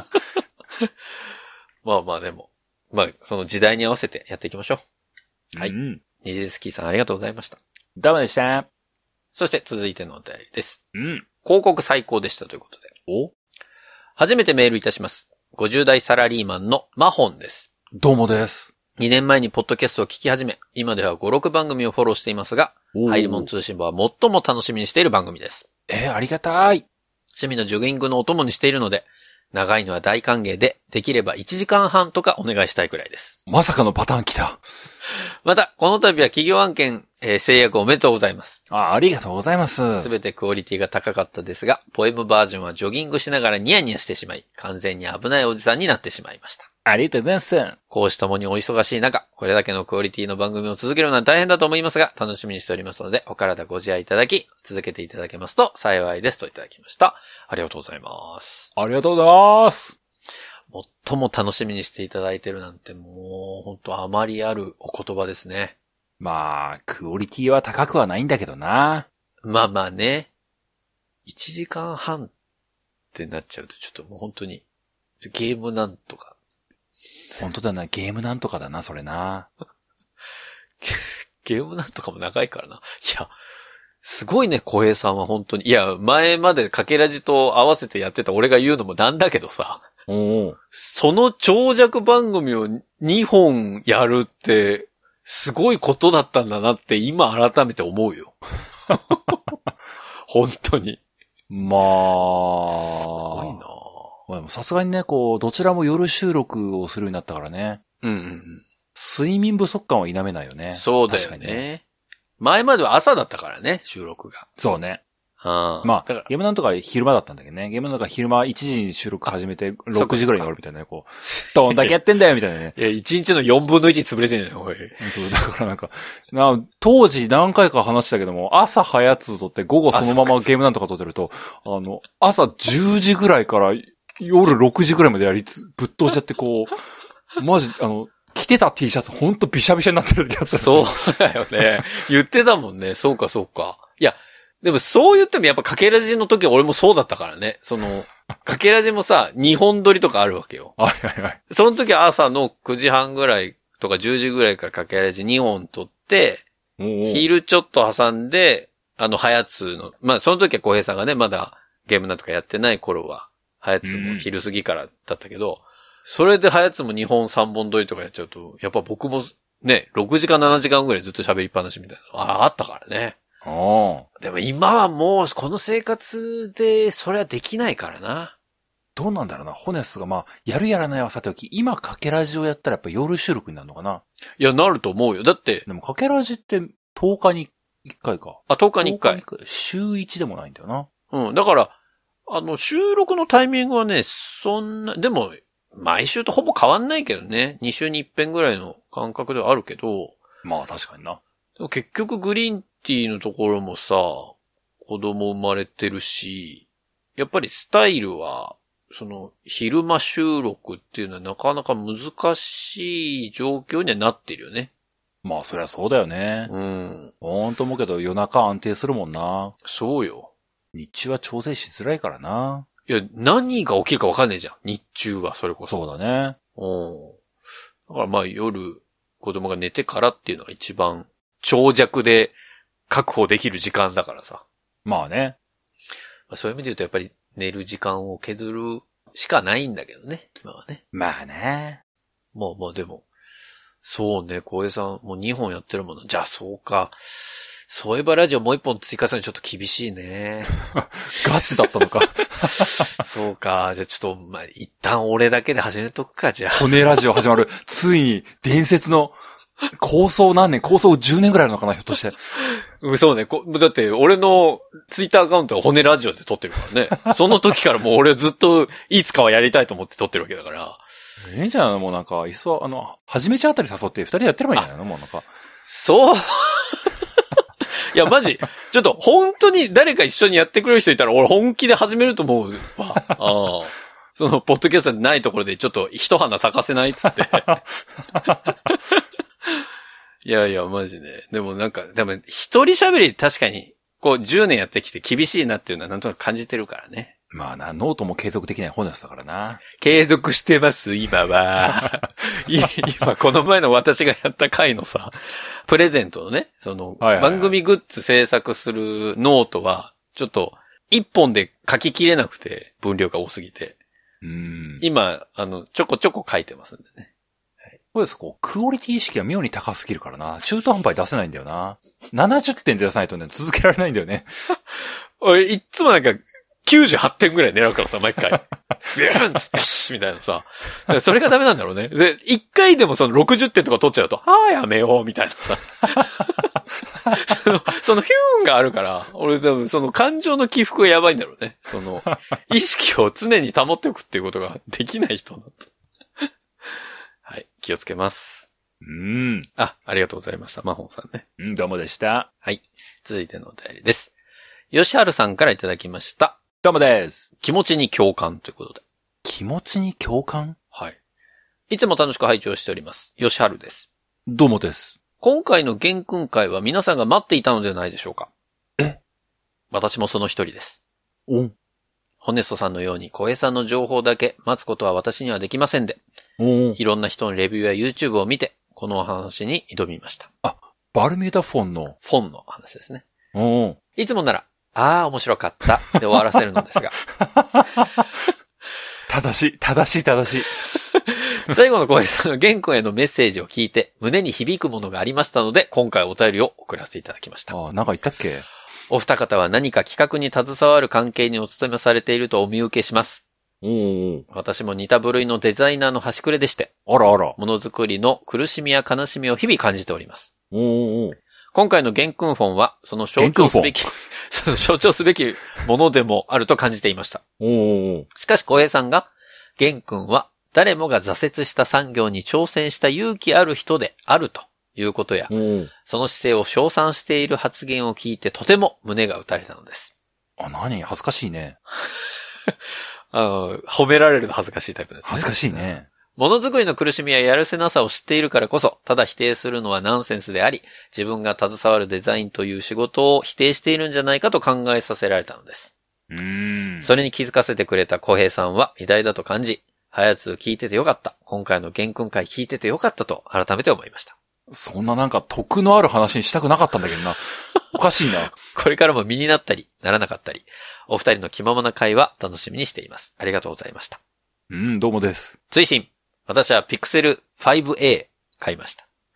まあまあでも、まあその時代に合わせてやっていきましょう。はい。うん。ニジスキーさんありがとうございました。 どうもでした。 そして続いてのお便りです。 うん。 広告最高でしたということで。 お？ 初めてメールいたします。ごじゅう代サラリーマンのマホンです。 どうもです。 にねんまえにポッドキャストを聞き始め、今ではご、ろくばんぐみをフォローしていますが、ハイリモン通信簿は最も楽しみにしている番組です。 えー、ありがたい。 趣味のジョギングのお供にしているので、長いのは大歓迎で、できればいちじかんはんとかお願いしたいくらいです。 まさかのパターン来た。 また、この度は企業案件、えー、制約おめでとうございます。 あ、ありがとうございます。 すべてクオリティが高かったですが、ポエムバージョンはジョギングしながらニヤニヤしてしまい、完全に危ないおじさんになってしまいました。 ありがとうございます。 講師ともにお忙しい中、これだけのクオリティの番組を続けるのは大変だと思いますが、楽しみにしておりますので、お体ご自愛いただき、続けていただけますと幸いですといただきました。ありがとうございます。 ありがとうございます。 最も楽しみにしていただいてるなんてもう、ほんとあまりあるお言葉ですね。 まあ、クオリティは高くはないんだけどな。 まあまあね。いちじかんはんってなっちゃうとちょっともう本当に、ゲームなんとか。 本当だな、ゲームなんとかだな、それな。 ゲームなんとかも長いからな。いや、すごいね、小平さんは本当に。いや、前までかけらじと合わせてやってた俺が言うのもなんだけどさ。 おその長尺番組をにほんやるって、すごいことだったんだなって今改めて思うよ。本当に。 まあ。 すごいなまあでもさすがにね、こう、どちらも夜収録をするようになったからね。 うんうんうん。 睡眠不足感は否めないよね。 そうだよね。ね前までは朝だったからね、収録が。 そうね。 あまあ、ゲームなんとか昼間だったんだけどね。ゲームなんとか昼間いちじに収録始めてろくじぐらいに終わるみたいなね、こう。どんだけやってんだよみたいなね。 いや、いちにちのよんぶんのいち潰れてんじゃないおい。 そう、だからなんか、な当時何回か話したけども、朝早つ撮って午後そのままゲームなんとか撮ってると、あの、朝じゅうじぐらいから夜ろくじぐらいまでやりつ、ぶっ通しちゃってこう、マジ、あの、着てた T シャツほんとびしゃびしゃになってる時あった。 そうだよね。言ってたもんね。そうかそうか。いや、でもそう言ってもやっぱかけらじの時は俺もそうだったからね。その、かけらじもさ、にほん撮りとかあるわけよ。 はいはいはい。 その時は朝のくじはんぐらいとかじゅうじぐらいからかけらじにほん撮って、 おうおう昼ちょっと挟んで、あの、はやつの、まあその時は小平さんがね、まだゲームなんとかやってない頃は、はやつも昼過ぎからだったけど、うん、それではやつもにほんさんぼん撮りとかやっちゃうと、やっぱ僕もね、ろくじかんななじかんぐらいずっと喋りっぱなしみたいなのああったからね。 ああ。 でも今はもうこの生活でそれはできないからな。 どうなんだろうな。ホネスがまあ、やるやらないはさておき、今かけラジをやったらやっぱ夜収録になるのかな。 いや、なると思うよ。だって。 でもかけラジってとおかにいっかいか。 あ、とおかにいっかい。 とおかにいっかい。週いちでもないんだよな。 うん。だから、あの、収録のタイミングはね、そんな、でも、毎週とほぼ変わんないけどね。に週にいっぺんぐらいの感覚ではあるけど。 まあ確かにな。 でも結局グリーンティーのところもさ、子供生まれてるし、やっぱりスタイルは、その、昼間収録っていうのはなかなか難しい状況にはなってるよね。 まあそりゃそうだよね。 うん。 ほんと思うけど夜中安定するもんな。 そうよ。 日中は調整しづらいからな。 いや、何が起きるか分かんないじゃん。日中はそれこそ。 そうだね。 うん。だからまあ夜、子供が寝てからっていうのが一番長尺で確保できる時間だからさ。 まあね。 そういう意味で言うとやっぱり寝る時間を削るしかないんだけどね。今はね。 まあね。 まあまあでも、そうね、小江さんもうにほんやってるもの。じゃあそうか。そういえばラジオもういっぽん追加するのちょっと厳しいね。 ガチだったのか。 そうか。じゃあちょっと、まあ、一旦俺だけで始めとくか、じゃあ。 骨ラジオ始まる。ついに伝説の構想何年構想じゅうねんぐらいあるのかな、ひょっとして。 うん、そうね。こだって俺のツイッターアカウントは骨ラジオで撮ってるからね。その時からもう俺ずっといつかはやりたいと思って撮ってるわけだから。 ええんじゃないのもうなんか、いっそ、あの、初めちゃあたり誘って二人でやってればいいんじゃないのもうなんか。 そう。いや、マジ。ちょっと、本当に誰か一緒にやってくれる人いたら、俺本気で始めると思うわ。ああ。その、ポッドキャストでないところで、ちょっと一花咲かせないっつって。いやいや、マジで。でもなんか、でも、一人喋り確かに、こう、じゅうねんやってきて厳しいなっていうのはなんとなく感じてるからね。 まあな、ノートも継続できない本ですだからな。 継続してます、今は。今、この前の私がやった回のさ、プレゼントのね、その、はいはいはい、番組グッズ制作するノートは、ちょっと、一本で書ききれなくて、分量が多すぎて。 うーん今、あの、ちょこちょこ書いてますんでね。 はい、そうです、こう、クオリティ意識が妙に高すぎるからな。中途半端に出せないんだよな。ななじゅってんで出さないとね、続けられないんだよね。 俺、いっつもなんか、きゅうじゅうはってんぐらい狙うからさ、毎回。ビューンよしみたいなさ。それがダメなんだろうね。で、一回でもそのろくじゅってんとか取っちゃうと、はぁ、やめよう、みたいなさ。その、そのヒューンがあるから、俺多分その感情の起伏がやばいんだろうね。その、意識を常に保っておくっていうことができない人だと。はい、気をつけます。 うーん。 あ、ありがとうございました。マホンさんね。 うん、どうもでした。 はい。続いてのお便りです。吉春さんからいただきました。 どうもです。 気持ちに共感ということで。 気持ちに共感？ はい。いつも楽しく拝聴しております。吉春です。 どうもです。 今回の元君会は皆さんが待っていたのではないでしょうか。 え？ 私もその一人です。 おん。 ホネストさんのように小江さんの情報だけ待つことは私にはできませんで、 おいろんな人のレビューや YouTube を見て、このお話に挑みました。 あ、バルミューダフォンの。 フォンの話ですね。 おいつもなら、ああ、面白かった。で終わらせるのですが。 正しい、正しい、正しい。 最後の小江さんの元君へのメッセージを聞いて、胸に響くものがありましたので、今回お便りを送らせていただきました。 ああ、なんか言ったっけ？ お二方は何か企画に携わる関係にお勤めされているとお見受けします。 おー。 私も似た部類のデザイナーの端くれでして、 あらあら。 ものづくりの苦しみや悲しみを日々感じております。 おーおー。 今回の元君フォンは、その象徴すべき、その象徴すべきものでもあると感じていました。 おー。 しかし小平さんが、元君は誰もが挫折した産業に挑戦した勇気ある人であるということや、その姿勢を称賛している発言を聞いてとても胸が打たれたのです。 あ、何？恥ずかしいね。 あの、褒められると恥ずかしいタイプですね。 恥ずかしいね。 ものづくりの苦しみややるせなさを知っているからこそ、ただ否定するのはナンセンスであり、自分が携わるデザインという仕事を否定しているんじゃないかと考えさせられたのです。 うーん。 それに気づかせてくれた小平さんは偉大だと感じ、はやつ聞いててよかった。今回の元君会聞いててよかったと改めて思いました。 そんななんか得のある話にしたくなかったんだけどな。おかしいな。 これからも身になったり、ならなかったり、お二人の気ままな会話楽しみにしています。ありがとうございました。 うん、どうもです。 追伸。私はピクセル ファイブエー 買いました。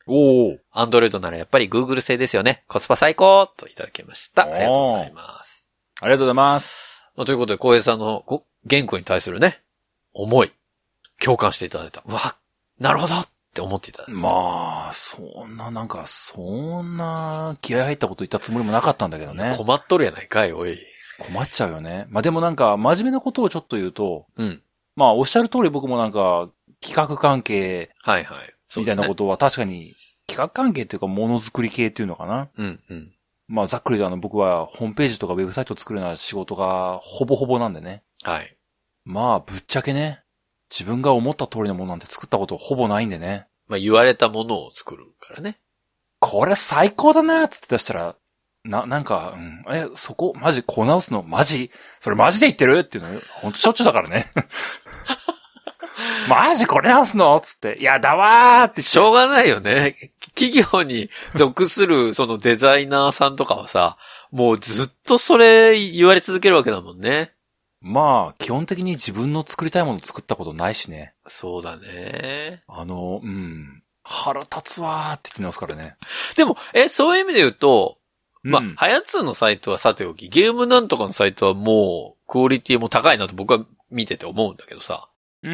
おー。 アンドロイドならやっぱり Google 製ですよね。コスパ最高といただきました。ありがとうございます。 ありがとうございます。 まあ、ということで、小平さんのご言語に対するね、思い、共感していただいた。うわ、なるほどって思っていただいた。 まあ、そんな、なんか、そんな気合入ったこと言ったつもりもなかったんだけどね。 困っとるやないかい、おい。 困っちゃうよね。まあでもなんか、真面目なことをちょっと言うと、 うん。 まあ、おっしゃる通り僕もなんか、企画関係、 はいはい。 みたいなことは確かに、企画関係っていうか、ものづくり系っていうのかな。 うんうん。 まあ、ざっくりとあの、僕は、ホームページとかウェブサイトを作るような仕事が、ほぼほぼなんでね。 はい。 まあ、ぶっちゃけね、自分が思った通りのものなんて作ったことほぼないんでね。 まあ、言われたものを作るからね。 これ最高だなーつって出したら、な、なんか、うん、え、そこ、マジ、こう直すのマジそれマジで言ってるっていうの、ほんとしょっちゅうだからね。マジこれ直すのつって、いや、だわーって。 しょうがないよね。企業に属するそのデザイナーさんとかはさ、もうずっとそれ言われ続けるわけだもんね。 まあ、基本的に自分の作りたいもの作ったことないしね。 そうだね。 あの、うん。腹立つわーって言ってますからね。 でも、え、そういう意味で言うと、まあ、 うん、 はやつのサイトはさておき、ゲームなんとかのサイトはもう、クオリティも高いなと僕は見てて思うんだけどさ。 うん。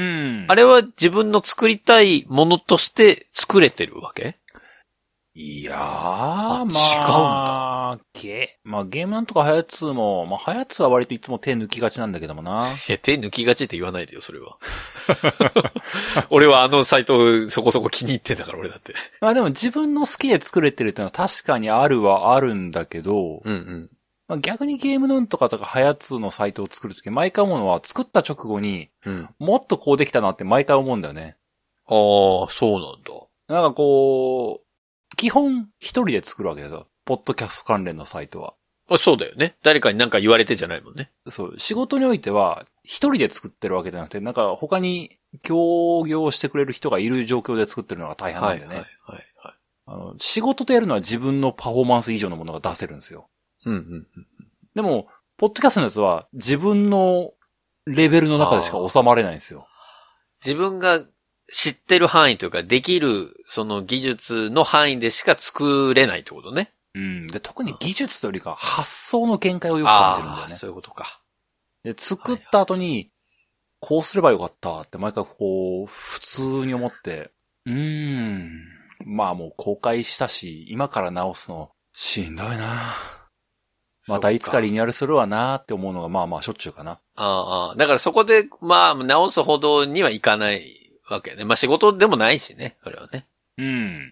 あれは自分の作りたいものとして作れてるわけ？ いやー、まあ、 違うんだ。 ゲ、まあゲームなんとかはやつも、まあはやつは割といつも手抜きがちなんだけどもな。 いや、手抜きがちって言わないでよ、それは。俺はあのサイトそこそこ気に入ってんだから、俺だって。 まあでも自分の好きで作れてるっていうのは確かにあるはあるんだけど、 うんうん。 まあ、逆にゲームなんとかとかはやつのサイトを作るとき、毎回思うのは作った直後に、うん、もっとこうできたなって毎回思うんだよね。 ああ、そうなんだ。 なんかこう、基本一人で作るわけですよ。ポッドキャスト関連のサイトは。 あ、そうだよね。誰かに何か言われてじゃないもんね。 そう。仕事においては、一人で作ってるわけじゃなくて、なんか他に協業してくれる人がいる状況で作ってるのが大半なんでね。はいはいはい、はい。あの、仕事とやるのは自分のパフォーマンス以上のものが出せるんですよ。うんうんうん。でも、ポッドキャストのやつは自分のレベルの中でしか収まれないんですよ。 自分が知ってる範囲というか、できる、その技術の範囲でしか作れないってことね。 うん。で、特に技術というよりか発想の限界をよく感じるんだよね。 ああ、そういうことか。 で、作った後に、こうすればよかったって毎回こう、普通に思って、うーん。まあもう公開したし、今から直すのしんどいな。またいつかリニューアルするわなって思うのがまあまあしょっちゅうかな。 ああ、だからそこでまあ直すほどにはいかないわけね。まあ仕事でもないしね、それはね。 うん。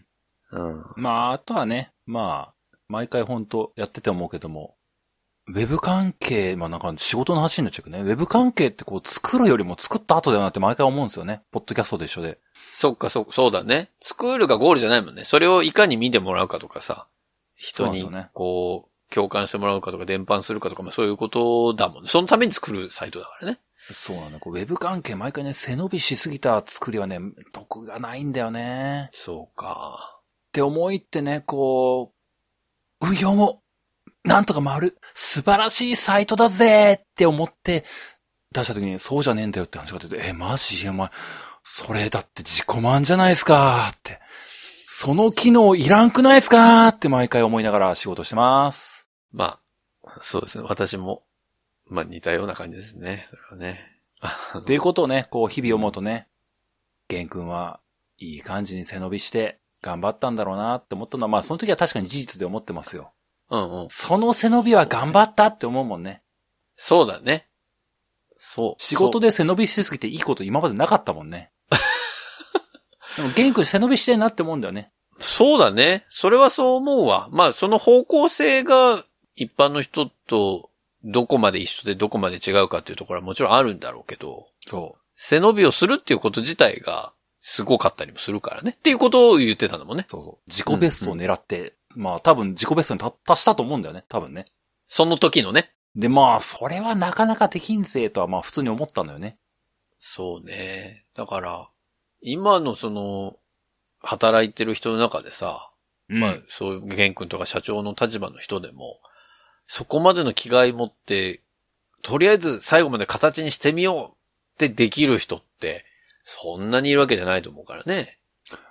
うん。まああとはね、まあ、毎回ほんとやってて思うけども、ウェブ関係、まあなんか仕事の話になっちゃうけどね、ウェブ関係ってこう作るよりも作った後だよなって毎回思うんですよね。ポッドキャストで一緒で。 そっかそ、そうだね。作るがゴールじゃないもんね。それをいかに見てもらうかとかさ、人にこう、共感してもらうかとか伝播するかとか、まあそういうことだもんね。そのために作るサイトだからね。 そうなんだ。こうウェブ関係毎回ね、背伸びしすぎた作りはね、得がないんだよね。 そうか。 って思いってね、こう、運用も、なんとか回る、素晴らしいサイトだぜって思って出した時に、そうじゃねえんだよって話が出て、え、マジお前、それだって自己満じゃないですかって。その機能いらんくないですかって毎回思いながら仕事してます。 まあ、そうですね。私も、まあ似たような感じですね。それはね。 っていうことをね、こう日々思うとね、ゲン君はいい感じに背伸びして頑張ったんだろうなって思ったのは、まあその時は確かに事実で思ってますよ。 うんうん。 その背伸びは頑張ったって思うもんね。 そうだね。そう。 仕事で背伸びしすぎていいこと今までなかったもんね。でもゲン君背伸びしてんなって思うんだよね。 そうだね。それはそう思うわ。まあその方向性が一般の人とどこまで一緒でどこまで違うかっていうところはもちろんあるんだろうけど。 そう。 背伸びをするっていうこと自体がすごかったりもするからね。っていうことを言ってたんだもんね。 そうそう。自己ベストを狙って、うんうん、まあ多分自己ベストに達したと思うんだよね。多分ね。 その時のね。 でまあ、それはなかなかできんぜとはまあ普通に思ったんだよね。 そうね。だから、今のその、働いてる人の中でさ、うん、まあそういうゲン君とか社長の立場の人でも、そこまでの気概持って、とりあえず最後まで形にしてみようってできる人って、そんなにいるわけじゃないと思うからね。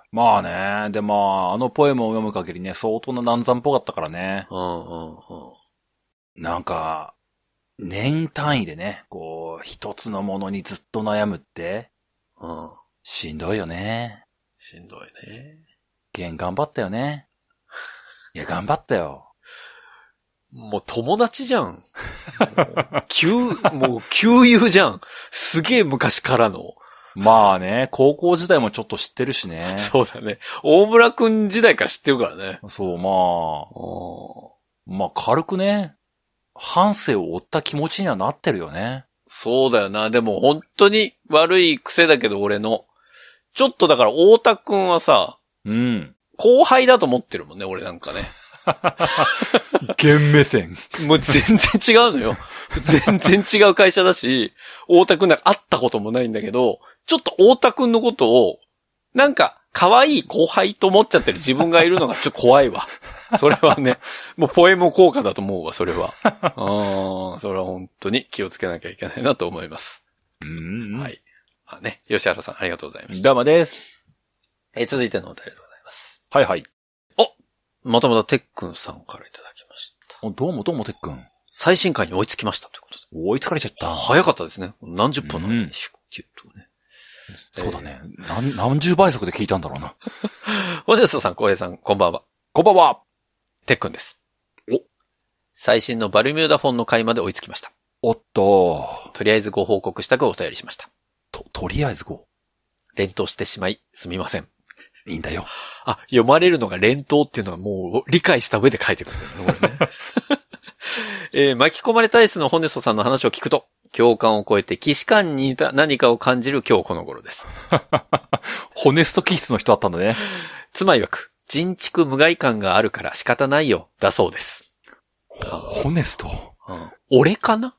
まあね、でまあ、あのポエムを読む限りね、相当な難産っぽかったからね。 うんうんうん。 なんか、年単位でね、こう、一つのものにずっと悩むって、 うん。 しんどいよね。 しんどいね。 ゲン頑張ったよね。いや、頑張ったよ。 もう友達じゃん。旧、もう旧友じゃん。すげえ昔からの。 まあね、高校時代もちょっと知ってるしね。 そうだね。大村くん時代から知ってるからね。 そう、まあ。まあ軽くね、反省を負った気持ちにはなってるよね。 そうだよな。でも本当に悪い癖だけど俺の。ちょっとだから太田くんはさ、 うん。 後輩だと思ってるもんね、俺なんかね。 現目線。 もう全然違うのよ。全然違う会社だし、太田くんなんか会ったこともないんだけど、ちょっと太田くんのことを、なんか、可愛い後輩と思っちゃってる自分がいるのがちょっと怖いわ。それはね、もうポエム効果だと思うわ、それは。ああ、それは本当に気をつけなきゃいけないなと思います。 うん。 はい。まあね、吉原さんありがとうございました。 どうもです。 えー、続いてのお便りでございます。 はいはい。 おまたまたてっくんさんからいただきました。 おどうもどうもてっくん。 最新回に追いつきましたということで。 追いつかれちゃった。 早かったですね。何十分の間にシュッキュッとね。 そうだね。えー、何、何十倍速で聞いたんだろうな。 本日さん、浩平さん、こんばんは。 こんばんは。 てっくんです。 お。 最新のバルミューダフォンの回まで追いつきました。 おっと。 とりあえずご報告したくお便りしました。 と、とりあえずご。 連投してしまい、すみません。 いいんだよ。 あ、読まれるのが連投っていうのはもう理解した上で書いてくるんだよね、これね。えー、巻き込まれタイスのホネストさんの話を聞くと、共感を超えて既視感に似た何かを感じる今日この頃です。 ホネスト気質の人だったんだね。 妻曰く、人畜無害感があるから仕方ないよ、だそうです。 ホネスト、 うん、俺かな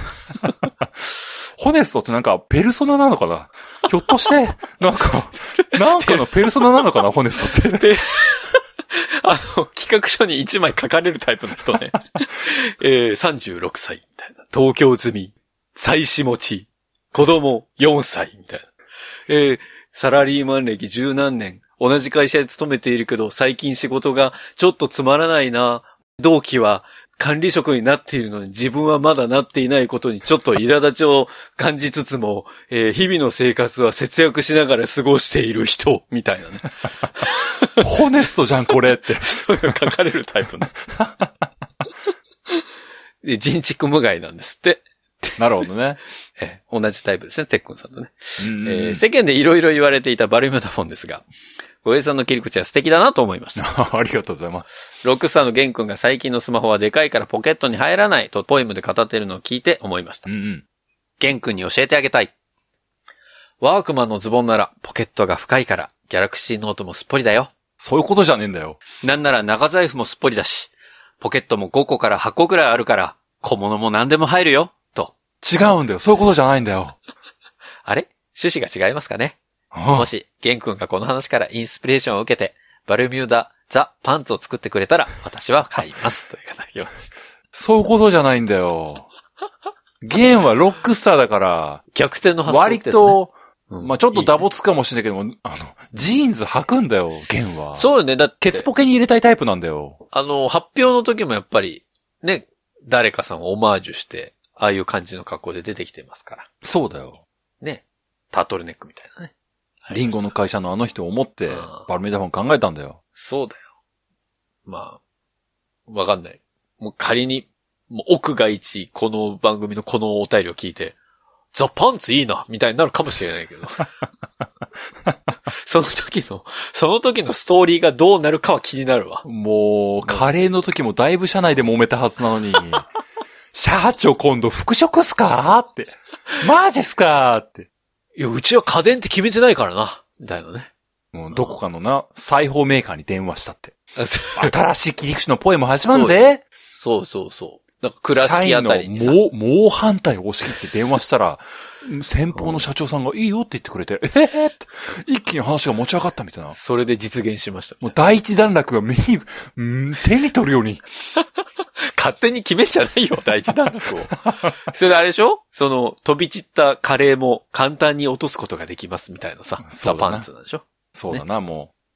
ホネストってなんかペルソナなのかなひょっとして、なんか、なんかのペルソナなのかなホネストって。 あの、企画書にいちまい書かれるタイプの人ね。えー、さんじゅうろくさいみたいな。東京済み。妻子持ち。子供よんさいみたいな。えー、サラリーマン歴十何年。同じ会社で勤めているけど、最近仕事がちょっとつまらないな。同期は管理職になっているのに自分はまだなっていないことにちょっと苛立ちを感じつつも、えー、日々の生活は節約しながら過ごしている人、みたいなね。 ホネストじゃん、これって。 そういうの書かれるタイプなんです。で、人畜無害なんですって。 なるほどね。 えー、同じタイプですね、てっくんさんとね。 うんうん、 えー、世間でいろいろ言われていたバルミューダフォンですが、小江さんの切り口は素敵だなと思いました。 ありがとうございます。 ロックスターのゲン君が最近のスマホはでかいからポケットに入らないとポエムで語っているのを聞いて思いました。 うんうん、 ゲン君に教えてあげたい。ワークマンのズボンならポケットが深いからギャラクシーノートもすっぽりだよ。 そういうことじゃねえんだよ。 なんなら長財布もすっぽりだし、ポケットもごこからはっこくらいあるから小物も何でも入るよ、と。 違うんだよ。そういうことじゃないんだよ。 あれ？趣旨が違いますかね？もし、ゲン君がこの話からインスピレーションを受けて、バルミューダ、ザ・パンツを作ってくれたら、私は買います。といただきました。 そういうことじゃないんだよ。ゲンはロックスターだから、 逆転の発想割と、 うん、 まあちょっとダボつくかもしれないけども、あの、ジーンズ履くんだよ、ゲンは。 そうよね、だって。 ケツポケに入れたいタイプなんだよ。 あの、発表の時もやっぱり、ね、誰かさんをオマージュして、ああいう感じの格好で出てきてますから。 そうだよ。 ね。タートルネックみたいなね。 リンゴの会社のあの人を思って、バルミューダフォン考えたんだよ。 そうだよ。まあ、わかんない。もう仮に、もう奥が一、この番組のこのお便りを聞いて、ザ・パンツいいなみたいになるかもしれないけど。その時の、その時のストーリーがどうなるかは気になるわ。 もう、カレーの時もだいぶ社内で揉めたはずなのに、社長今度復職っすかって。マジっすかって。 いや、うちは家電って決めてないからな。みたいなね。 もうどこかのな、裁縫メーカーに電話したって。新しい切り口のポエム始まんぜ。 そうそうそう。なんか倉敷あたりにさ。 もう、猛反対を押し切って電話したら、先方の社長さんがいいよって言ってくれて、えー、って一気に話が持ち上がったみたいな。 それで実現しました。 もう第一段落が目に、ん手に取るように。 勝手に決めんじゃないよ、第一段落を。それであれでしょ？その、飛び散ったカレーも簡単に落とすことができますみたいなさ。ザ・パンツなんでしょ？ そうだな、ね、も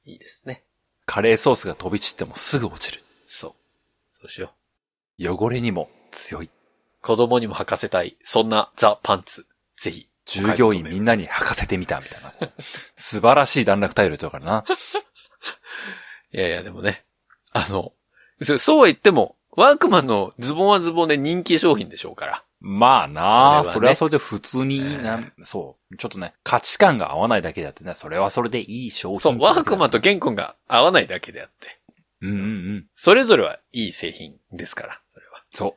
いいですね。 カレーソースが飛び散ってもすぐ落ちる。 そう。そうしよう。汚れにも強い。 子供にも履かせたい。そんなザ・パンツ。ぜひ。 従業員みんなに履かせてみたみたいな。素晴らしい段落タイルだからな。 いやいや、でもね。あの、そ、そうは言っても、ワークマンのズボンはズボンで人気商品でしょうから。 まあなあ、それは、ね、それはそれで普通にな、 えー、 そう。ちょっとね、価値観が合わないだけであってね、それはそれでいい商品。 そう、ワークマンとゲンコンが合わないだけであって。 うんうんうん。 それぞれはいい製品ですから、それは。 そう。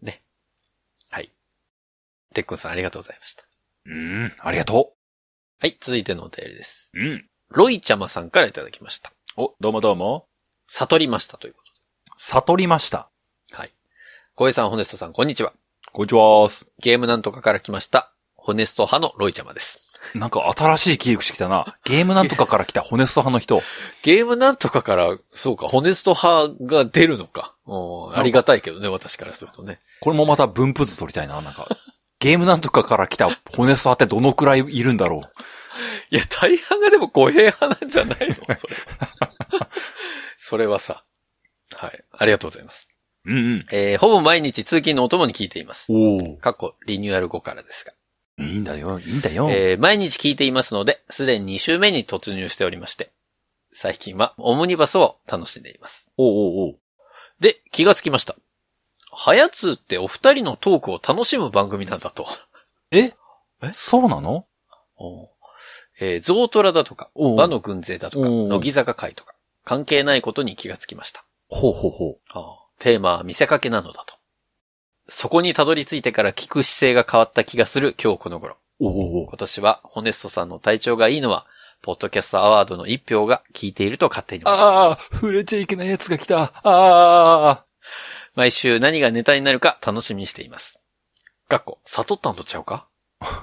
ね。はい。てっくんさんありがとうございました。 うん、ありがとう。 はい、続いてのお便りです。 うん。 ロイちゃまさんからいただきました。 お、どうもどうも。 悟りましたということで。 悟りました。 はい。小江さん、ホネストさん、こんにちは。 こんにちは。 ゲームなんとかから来ました。ホネスト派のロイちゃまです。 なんか新しい切り口来たな。ゲームなんとかから来たホネスト派の人。 ゲームなんとかから、そうか、ホネスト派が出るのか。ありがたいけどね、私からするとね。 これもまた分布図取りたいな、なんか。ゲームなんとかから来たホネスト派ってどのくらいいるんだろう。 いや、大半がでも小平派なんじゃないのそれ。それはさ。はい。ありがとうございます。 うんうん。 えー、ほぼ毎日通勤のお供に聞いています。 おお。 過去リニューアル後からですが。 いいんだよ、いいんだよ。 えー、毎日聞いていますので、すでにに週目に突入しておりまして、最近はオムニバスを楽しんでいます。 おうおうおう。 で、気がつきました。はやつってお二人のトークを楽しむ番組なんだと。 ええそうなの？ おえー、ゾウトラだとか、和の軍勢だとか、乃木坂会とか、関係ないことに気がつきました。 ほうほうほう。 あテーマは見せかけなのだと。そこにたどり着いてから聞く姿勢が変わった気がする今日この頃。 おうおう。 今年はホネストさんの体調がいいのは、ポッドキャストアワードの一票が効いていると勝手に思います。 ああ、触れちゃいけないやつが来た。ああ。 毎週何がネタになるか楽しみにしています。かっこ、悟ったんとちゃうか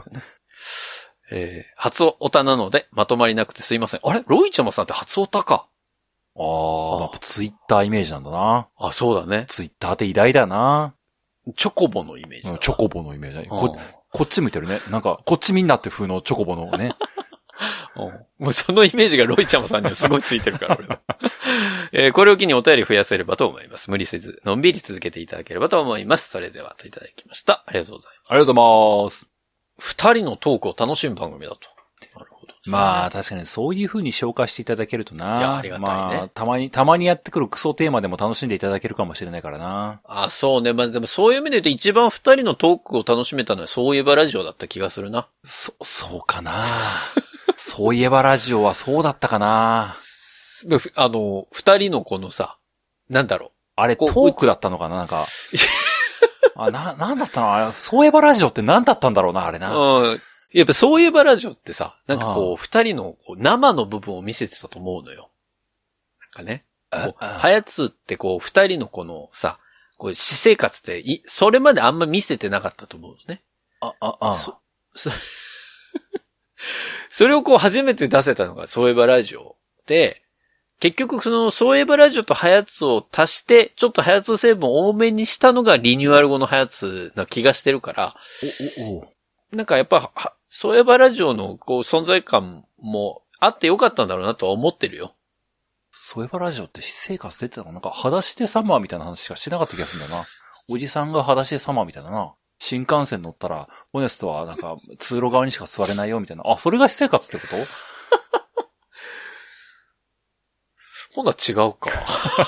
えー、初オタなのでまとまりなくてすいません。あれロイちゃまさんって初オタか。 ああ、ツイッターイメージなんだな。 あ、そうだね。 ツイッターって偉大だな。 チョコボのイメージだ。 チョコボのイメージだ。こ、こっち向いてるね。なんか、こっちみんなって風のチョコボのね。 もうそのイメージがロイちゃまさんにはすごいついてるから、俺は。えー、これを機にお便り増やせればと思います。無理せず、のんびり続けていただければと思います。それでは、といただきました。ありがとうございます。 ありがとうございます。 二人のトークを楽しむ番組だと。なるほど。 まあ、確かにそういう風に紹介していただけるとな。 いや、ありがたいね。 まあ、たまに、たまにやってくるクソテーマでも楽しんでいただけるかもしれないからな。 あ、そうね。まあ、でもそういう意味で言うと一番二人のトークを楽しめたのはそういえばラジオだった気がするな。 そ、そうかな。そういえばラジオはそうだったかな。 あの、二人のこのさ、なんだろう。 あれ、トークだったのかななんか。あ、な、なんだったのあれ、そういえばラジオって何だったんだろうな、あれな。 うん。やっぱそういえばラジオってさ、なんかこう、二人のこう生の部分を見せてたと思うのよ。なんかね。はやつってこう、二人のこのさ、こう、私生活ってい、それまであんま見せてなかったと思うのね。 あ、あ、あ。 そ、そ、それをこう初めて出せたのがそういえばラジオで、結局そのそういえばラジオとハヤツを足して、ちょっとハヤツ成分を多めにしたのがリニューアル後のハヤツな気がしてるから、 お、お、お。 なんかやっぱ、そういえばラジオのこう存在感もあってよかったんだろうなとは思ってるよ。 そういえばラジオって私生活出てたのなんか裸足でサマーみたいな話しかしてなかった気がするんだよな。おじさんが裸足でサマーみたいなな。新幹線乗ったら、ホネストはなんか通路側にしか座れないよみたいな。あ、それが私生活ってことほな違うか。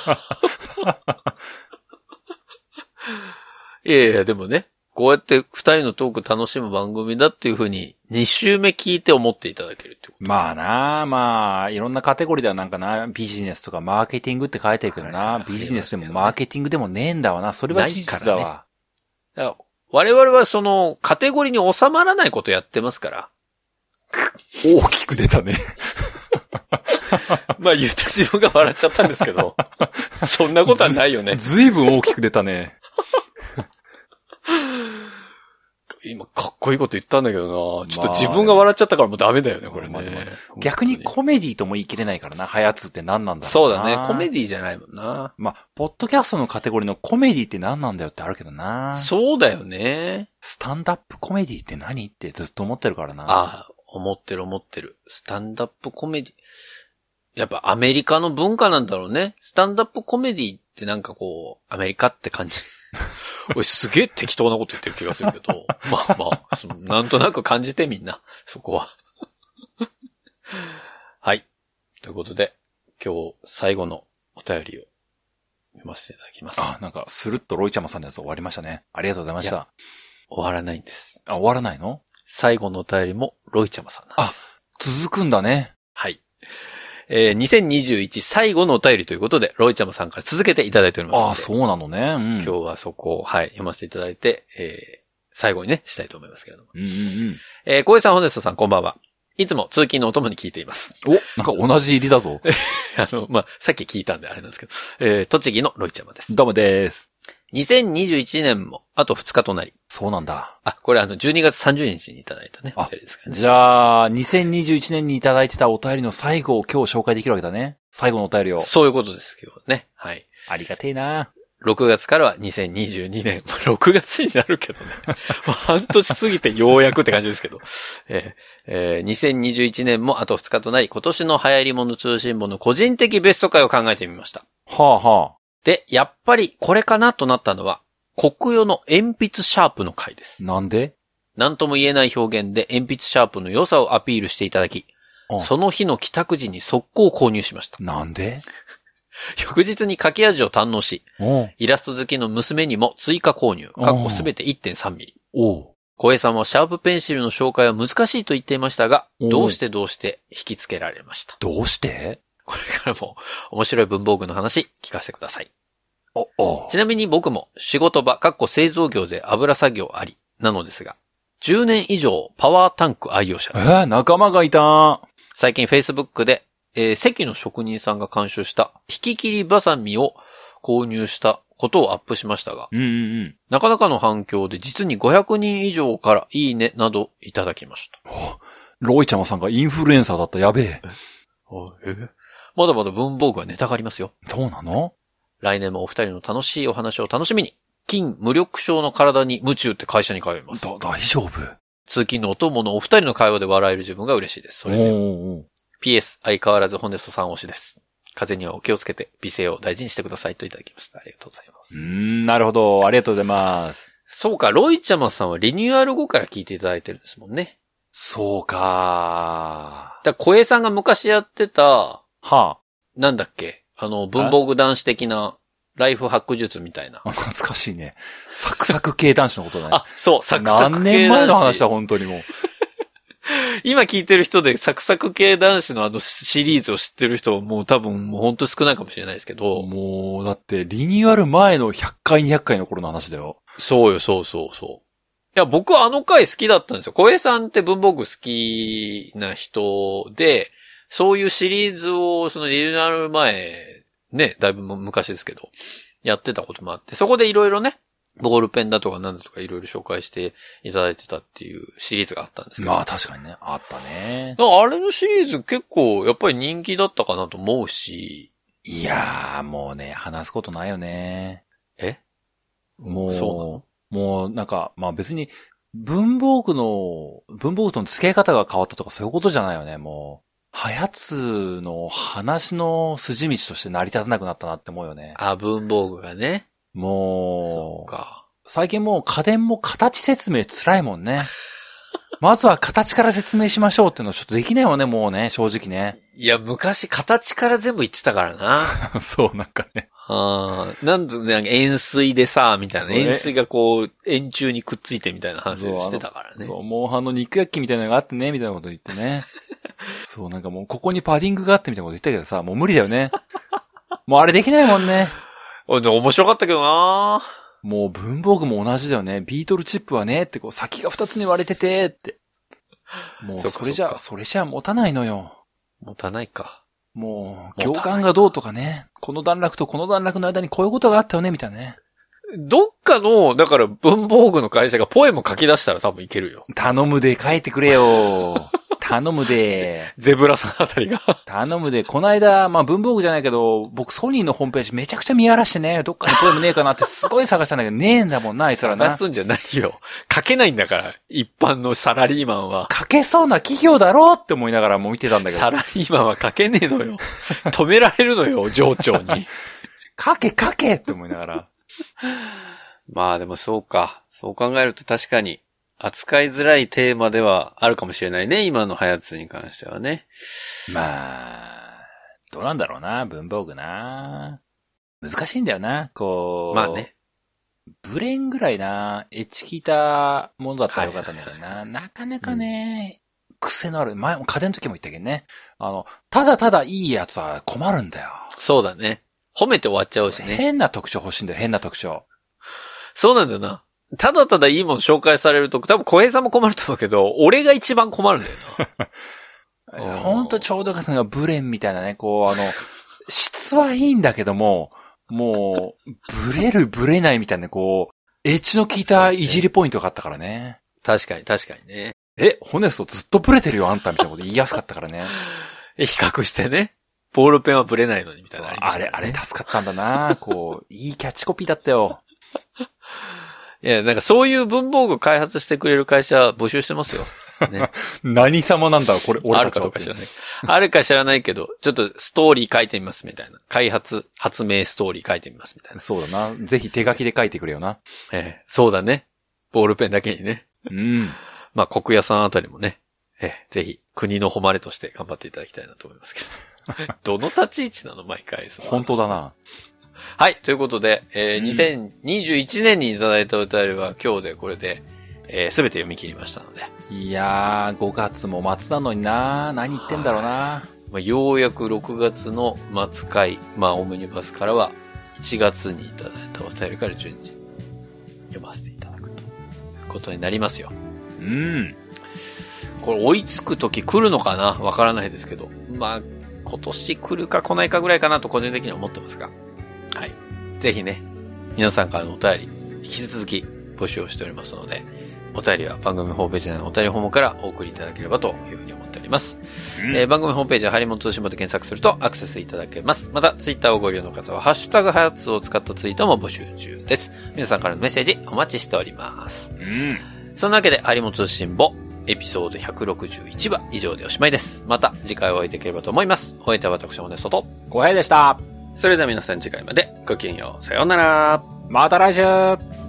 いやいや、でもね、こうやって二人のトーク楽しむ番組だっていう風に二週目聞いて思っていただけるってこと。 まあな、まあ、いろんなカテゴリーではなんかな、ビジネスとかマーケティングって書いてるけどな、ビジネスでもマーケティングでもねえんだわな。それは事実だわ。 だから我々はそのカテゴリーに収まらないことやってますから。 大きく出たね。 まあ言った自分が笑っちゃったんですけど、そんなことはないよね。 ずいぶん大きく出たね。 今かっこいいこと言ったんだけどな、ちょっと自分が笑っちゃったからもうダメだよね、これね。まあまあ、 逆にコメディとも言い切れないからな、はやつって何なんだろうな。 そうだね、コメディじゃないもんな。 まあ、ポッドキャストのカテゴリーのコメディって何なんだよってあるけどな。 そうだよね。 スタンダップコメディって何ってずっと思ってるからな。 ああ、思ってる思ってる。スタンダップコメディ。 やっぱアメリカの文化なんだろうね。スタンダップコメディってなんかこう、アメリカって感じ。俺すげえ適当なこと言ってる気がするけど。まあまあ、そのなんとなく感じてみんな。そこは。はい。ということで、今日最後のお便りを読ませていただきます。 あ、なんか、スルッとロイちゃまさんのやつ終わりましたね。ありがとうございました。 終わらないんです。 あ、終わらないの？ 最後のお便りもロイちゃまさんなんです。 あ、続くんだね。 はい。えー、にせんにじゅういち最後のお便りということで、ロイちゃまさんから続けていただいておりますので。 あ、そうなのね。うん、 今日はそこを、はい、読ませていただいて、えー、最後にね、したいと思いますけれども。 うんうんうん。 えー、小江さん、ホネストさん、こんばんは。いつも通勤のお供に聞いています。 お、なんか同じ入りだぞ。 あの、まあ、さっき聞いたんであれなんですけど、えー、栃木のロイちゃまです。 どうもです。 にせんにじゅういちねんもあとふつかとなり。 そうなんだ。 あ、これあの、じゅうにがつさんじゅうにちにいただいたね。お便りですからね。 じゃあ、にせんにじゅういちねんにいただいてたお便りの最後を今日紹介できるわけだね。最後のお便りを。 そういうことですけどね。はい。 ありがてえな。 ろくがつからはにせんにじゅうにねん。ろくがつになるけどね。半年過ぎてようやくって感じですけど。えーえー、にせんにじゅういちねんもあとふつかとなり、今年の流行り物通信簿の個人的ベスト回を考えてみました。 はあはあ。 で、やっぱりこれかなとなったのは、国用の鉛筆シャープの回です。 なんで？ なんとも言えない表現で鉛筆シャープの良さをアピールしていただき、その日の帰宅時に速攻購入しました。 なんで？ 翌日に書き味を堪能し、イラスト好きの娘にも追加購入、かっこすべて いってんさんミリ。小江さんはシャープペンシルの紹介は難しいと言っていましたが、どうしてどうして引きつけられました。 どうして？ これからも面白い文房具の話聞かせてください。 おおちなみに僕も仕事場、かっこ製造業で油作業あり、なのですが、じゅうねん以上パワータンク愛用者です。 えー、仲間がいた。 最近 Facebook で、えー、関の職人さんが監修した引き切りバサミを購入したことをアップしましたが、 うんうんうん、 なかなかの反響で実にごひゃくにん以上からいいねなどいただきました。 ロイちゃまさんがインフルエンサーだった。やべえ。 ええまだまだ文房具はネタがありますよ。 そうなの？ 来年もお二人の楽しいお話を楽しみに、筋無力症の体に夢中って会社に通います。 だ、大丈夫？ 通勤のお供のお二人の会話で笑える自分が嬉しいです。それで。ピーエス 相変わらずホネストさん推しです。風邪にはお気をつけて美声を大事にしてくださいといただきました。ありがとうございます。 うーん、なるほど。ありがとうございます。 そうか、ロイちゃまさんはリニューアル後から聞いていただいてるんですもんね。 そうか。 だから小江さんが昔やってた、はあ、 なんだっけ、あの、文房具男子的なライフハック術みたいな。 懐かしいね。サクサク系男子のことね。 あ、そう、サクサク系男子。 何年前の話だ、本当にもう。 今聞いてる人でサクサク系男子のあのシリーズを知ってる人もう多分もう本当少ないかもしれないですけど。 もう、だってリニューアル前のひゃっかいにひゃっかいの頃の話だよ。 そうよ、そうそうそう。いや、僕はあの回好きだったんですよ。小江さんって文房具好きな人で、そういうシリーズをそのリニューアル前、ね、だいぶ昔ですけど、やってたこともあって、そこでいろいろね、ボールペンだとかなんだとかいろいろ紹介していただいてたっていうシリーズがあったんですけど。 まあ確かにね、あったね。 あれのシリーズ結構やっぱり人気だったかなと思うし。 いやーもうね、話すことないよね。 え？ もう、 そうもうなんか、まあ別に文房具の、文房具との付き合い方が変わったとかそういうことじゃないよね、もう。はやつの話の筋道として成り立たなくなったなって思うよね。 あ、文房具がね。 もう、 そうか。 最近もう家電も形説明辛いもんね。まずは形から説明しましょうっていうのはちょっとできないもんね、もうね、正直ね。 いや、昔形から全部言ってたからな。 そう、なんかね。 ああ、なんで、なんか円錐でさ、みたいな。円錐がこう、円柱にくっついてみたいな話をしてたからね。 そう、そうモンハンの肉焼きみたいなのがあってね、みたいなこと言ってね。そう、なんかもうここにパディングがあってみたいなこと言ったけどさ、もう無理だよね。もうあれできないもんね。 面白かったけどな。 もう文房具も同じだよね。ビートルチップはね、ってこう先が二つに割れてて、って。もうそれじゃ、それじゃ持たないのよ。 持たないか。 もう、行間がどうとかね。この段落とこの段落の間にこういうことがあったよね、みたいなね。 どっかの、だから文房具の会社がポエム書き出したら多分いけるよ。 頼むで書いてくれよ。 頼むで。 ゼブラさんあたりが。 頼むで。この間、まあ文房具じゃないけど、僕ソニーのホームページめちゃくちゃ見荒らしてね、どっかにポエムねえかなってすごい探したんだけど、ねえんだもんな、あいつらな。 探すんじゃないよ。書けないんだから、一般のサラリーマンは。 書けそうな企業だろって思いながらもう見てたんだけど。 サラリーマンは書けねえのよ。止められるのよ、上長に。 書け書けって思いながら。 まあでもそうか。そう考えると確かに扱いづらいテーマではあるかもしれないね。今のハヤツに関してはね。 まあ、どうなんだろうな、文房具な。難しいんだよな、こう。 まあね。 ブレンぐらいな、エッジ効いたものだったらよかったんだけどな。はいはいはい、なかなかね、うん、癖のある。前も家電の時も言ったけどね。あの、ただただいいやつは困るんだよ。 そうだね。褒めて終わっちゃうしね。 変な特徴欲しいんだよ、変な特徴。 そうなんだよな。ただただいいもの紹介されると、多分小平さんも困ると思うけど、俺が一番困るんだよな。 ほんとちょうどよかったのがブレンみたいなね、こうあの、質はいいんだけども、もう、ブレるブレないみたいな、こう、エッジの効いたいじりポイントがあったからね。 確かに確かにね。 え、ホネストずっとブレてるよあんたみたいなこと言いやすかったからね。 比較してね。ボールペンはブレないのにみたいなのありましたね。 あれ、あれ助かったんだなこう、いいキャッチコピーだったよ。 いや、なんかそういう文房具開発してくれる会社募集してますよ。ね、 何様なんだろうこれ、俺あるかどうか知らない。あるか知らないけど、ちょっとストーリー書いてみますみたいな。開発、発明ストーリー書いてみますみたいな。 そうだな。ぜひ手書きで書いてくれよな。 ええ、そうだね。ボールペンだけにね。 うん。 まあ、国屋さんあたりもね、ええ、ぜひ国の誉れとして頑張っていただきたいなと思いますけど。どの立ち位置なの毎回。 本当だな。 はい。ということで、えーうん、にせんにじゅういちねんにいただいたお便りは今日でこれで、えー、すべて読み切りましたので。 いやー、ごがつも末なのにな何言ってんだろうな、 まあ、ようやくろくがつの末回、まあ、オムニバスからはいちがつにいただいたお便りから順次読ませていただくということになりますよ。 うん。 これ追いつくとき来るのかなわからないですけど。まあ、今年来るか来ないかぐらいかなと個人的には思ってますが。はい。ぜひね、皆さんからのお便り、引き続き募集をしておりますので、お便りは番組ホームページ内のお便りフォームからお送りいただければというふうに思っております。うんえー、番組ホームページはハリモン通信簿で検索するとアクセスいただけます。また、ツイッターをご利用の方は、ハッシュタグハヤツを使ったツイートも募集中です。皆さんからのメッセージお待ちしております。 うん、 そんなわけで、ハリモン通信簿、エピソードひゃくろくじゅういちわ以上でおしまいです。また次回お会いできればと思います。お相手は私、ホネストと、 小平でした。 それでは皆さん次回までごきげんよう。さようなら。 また来週。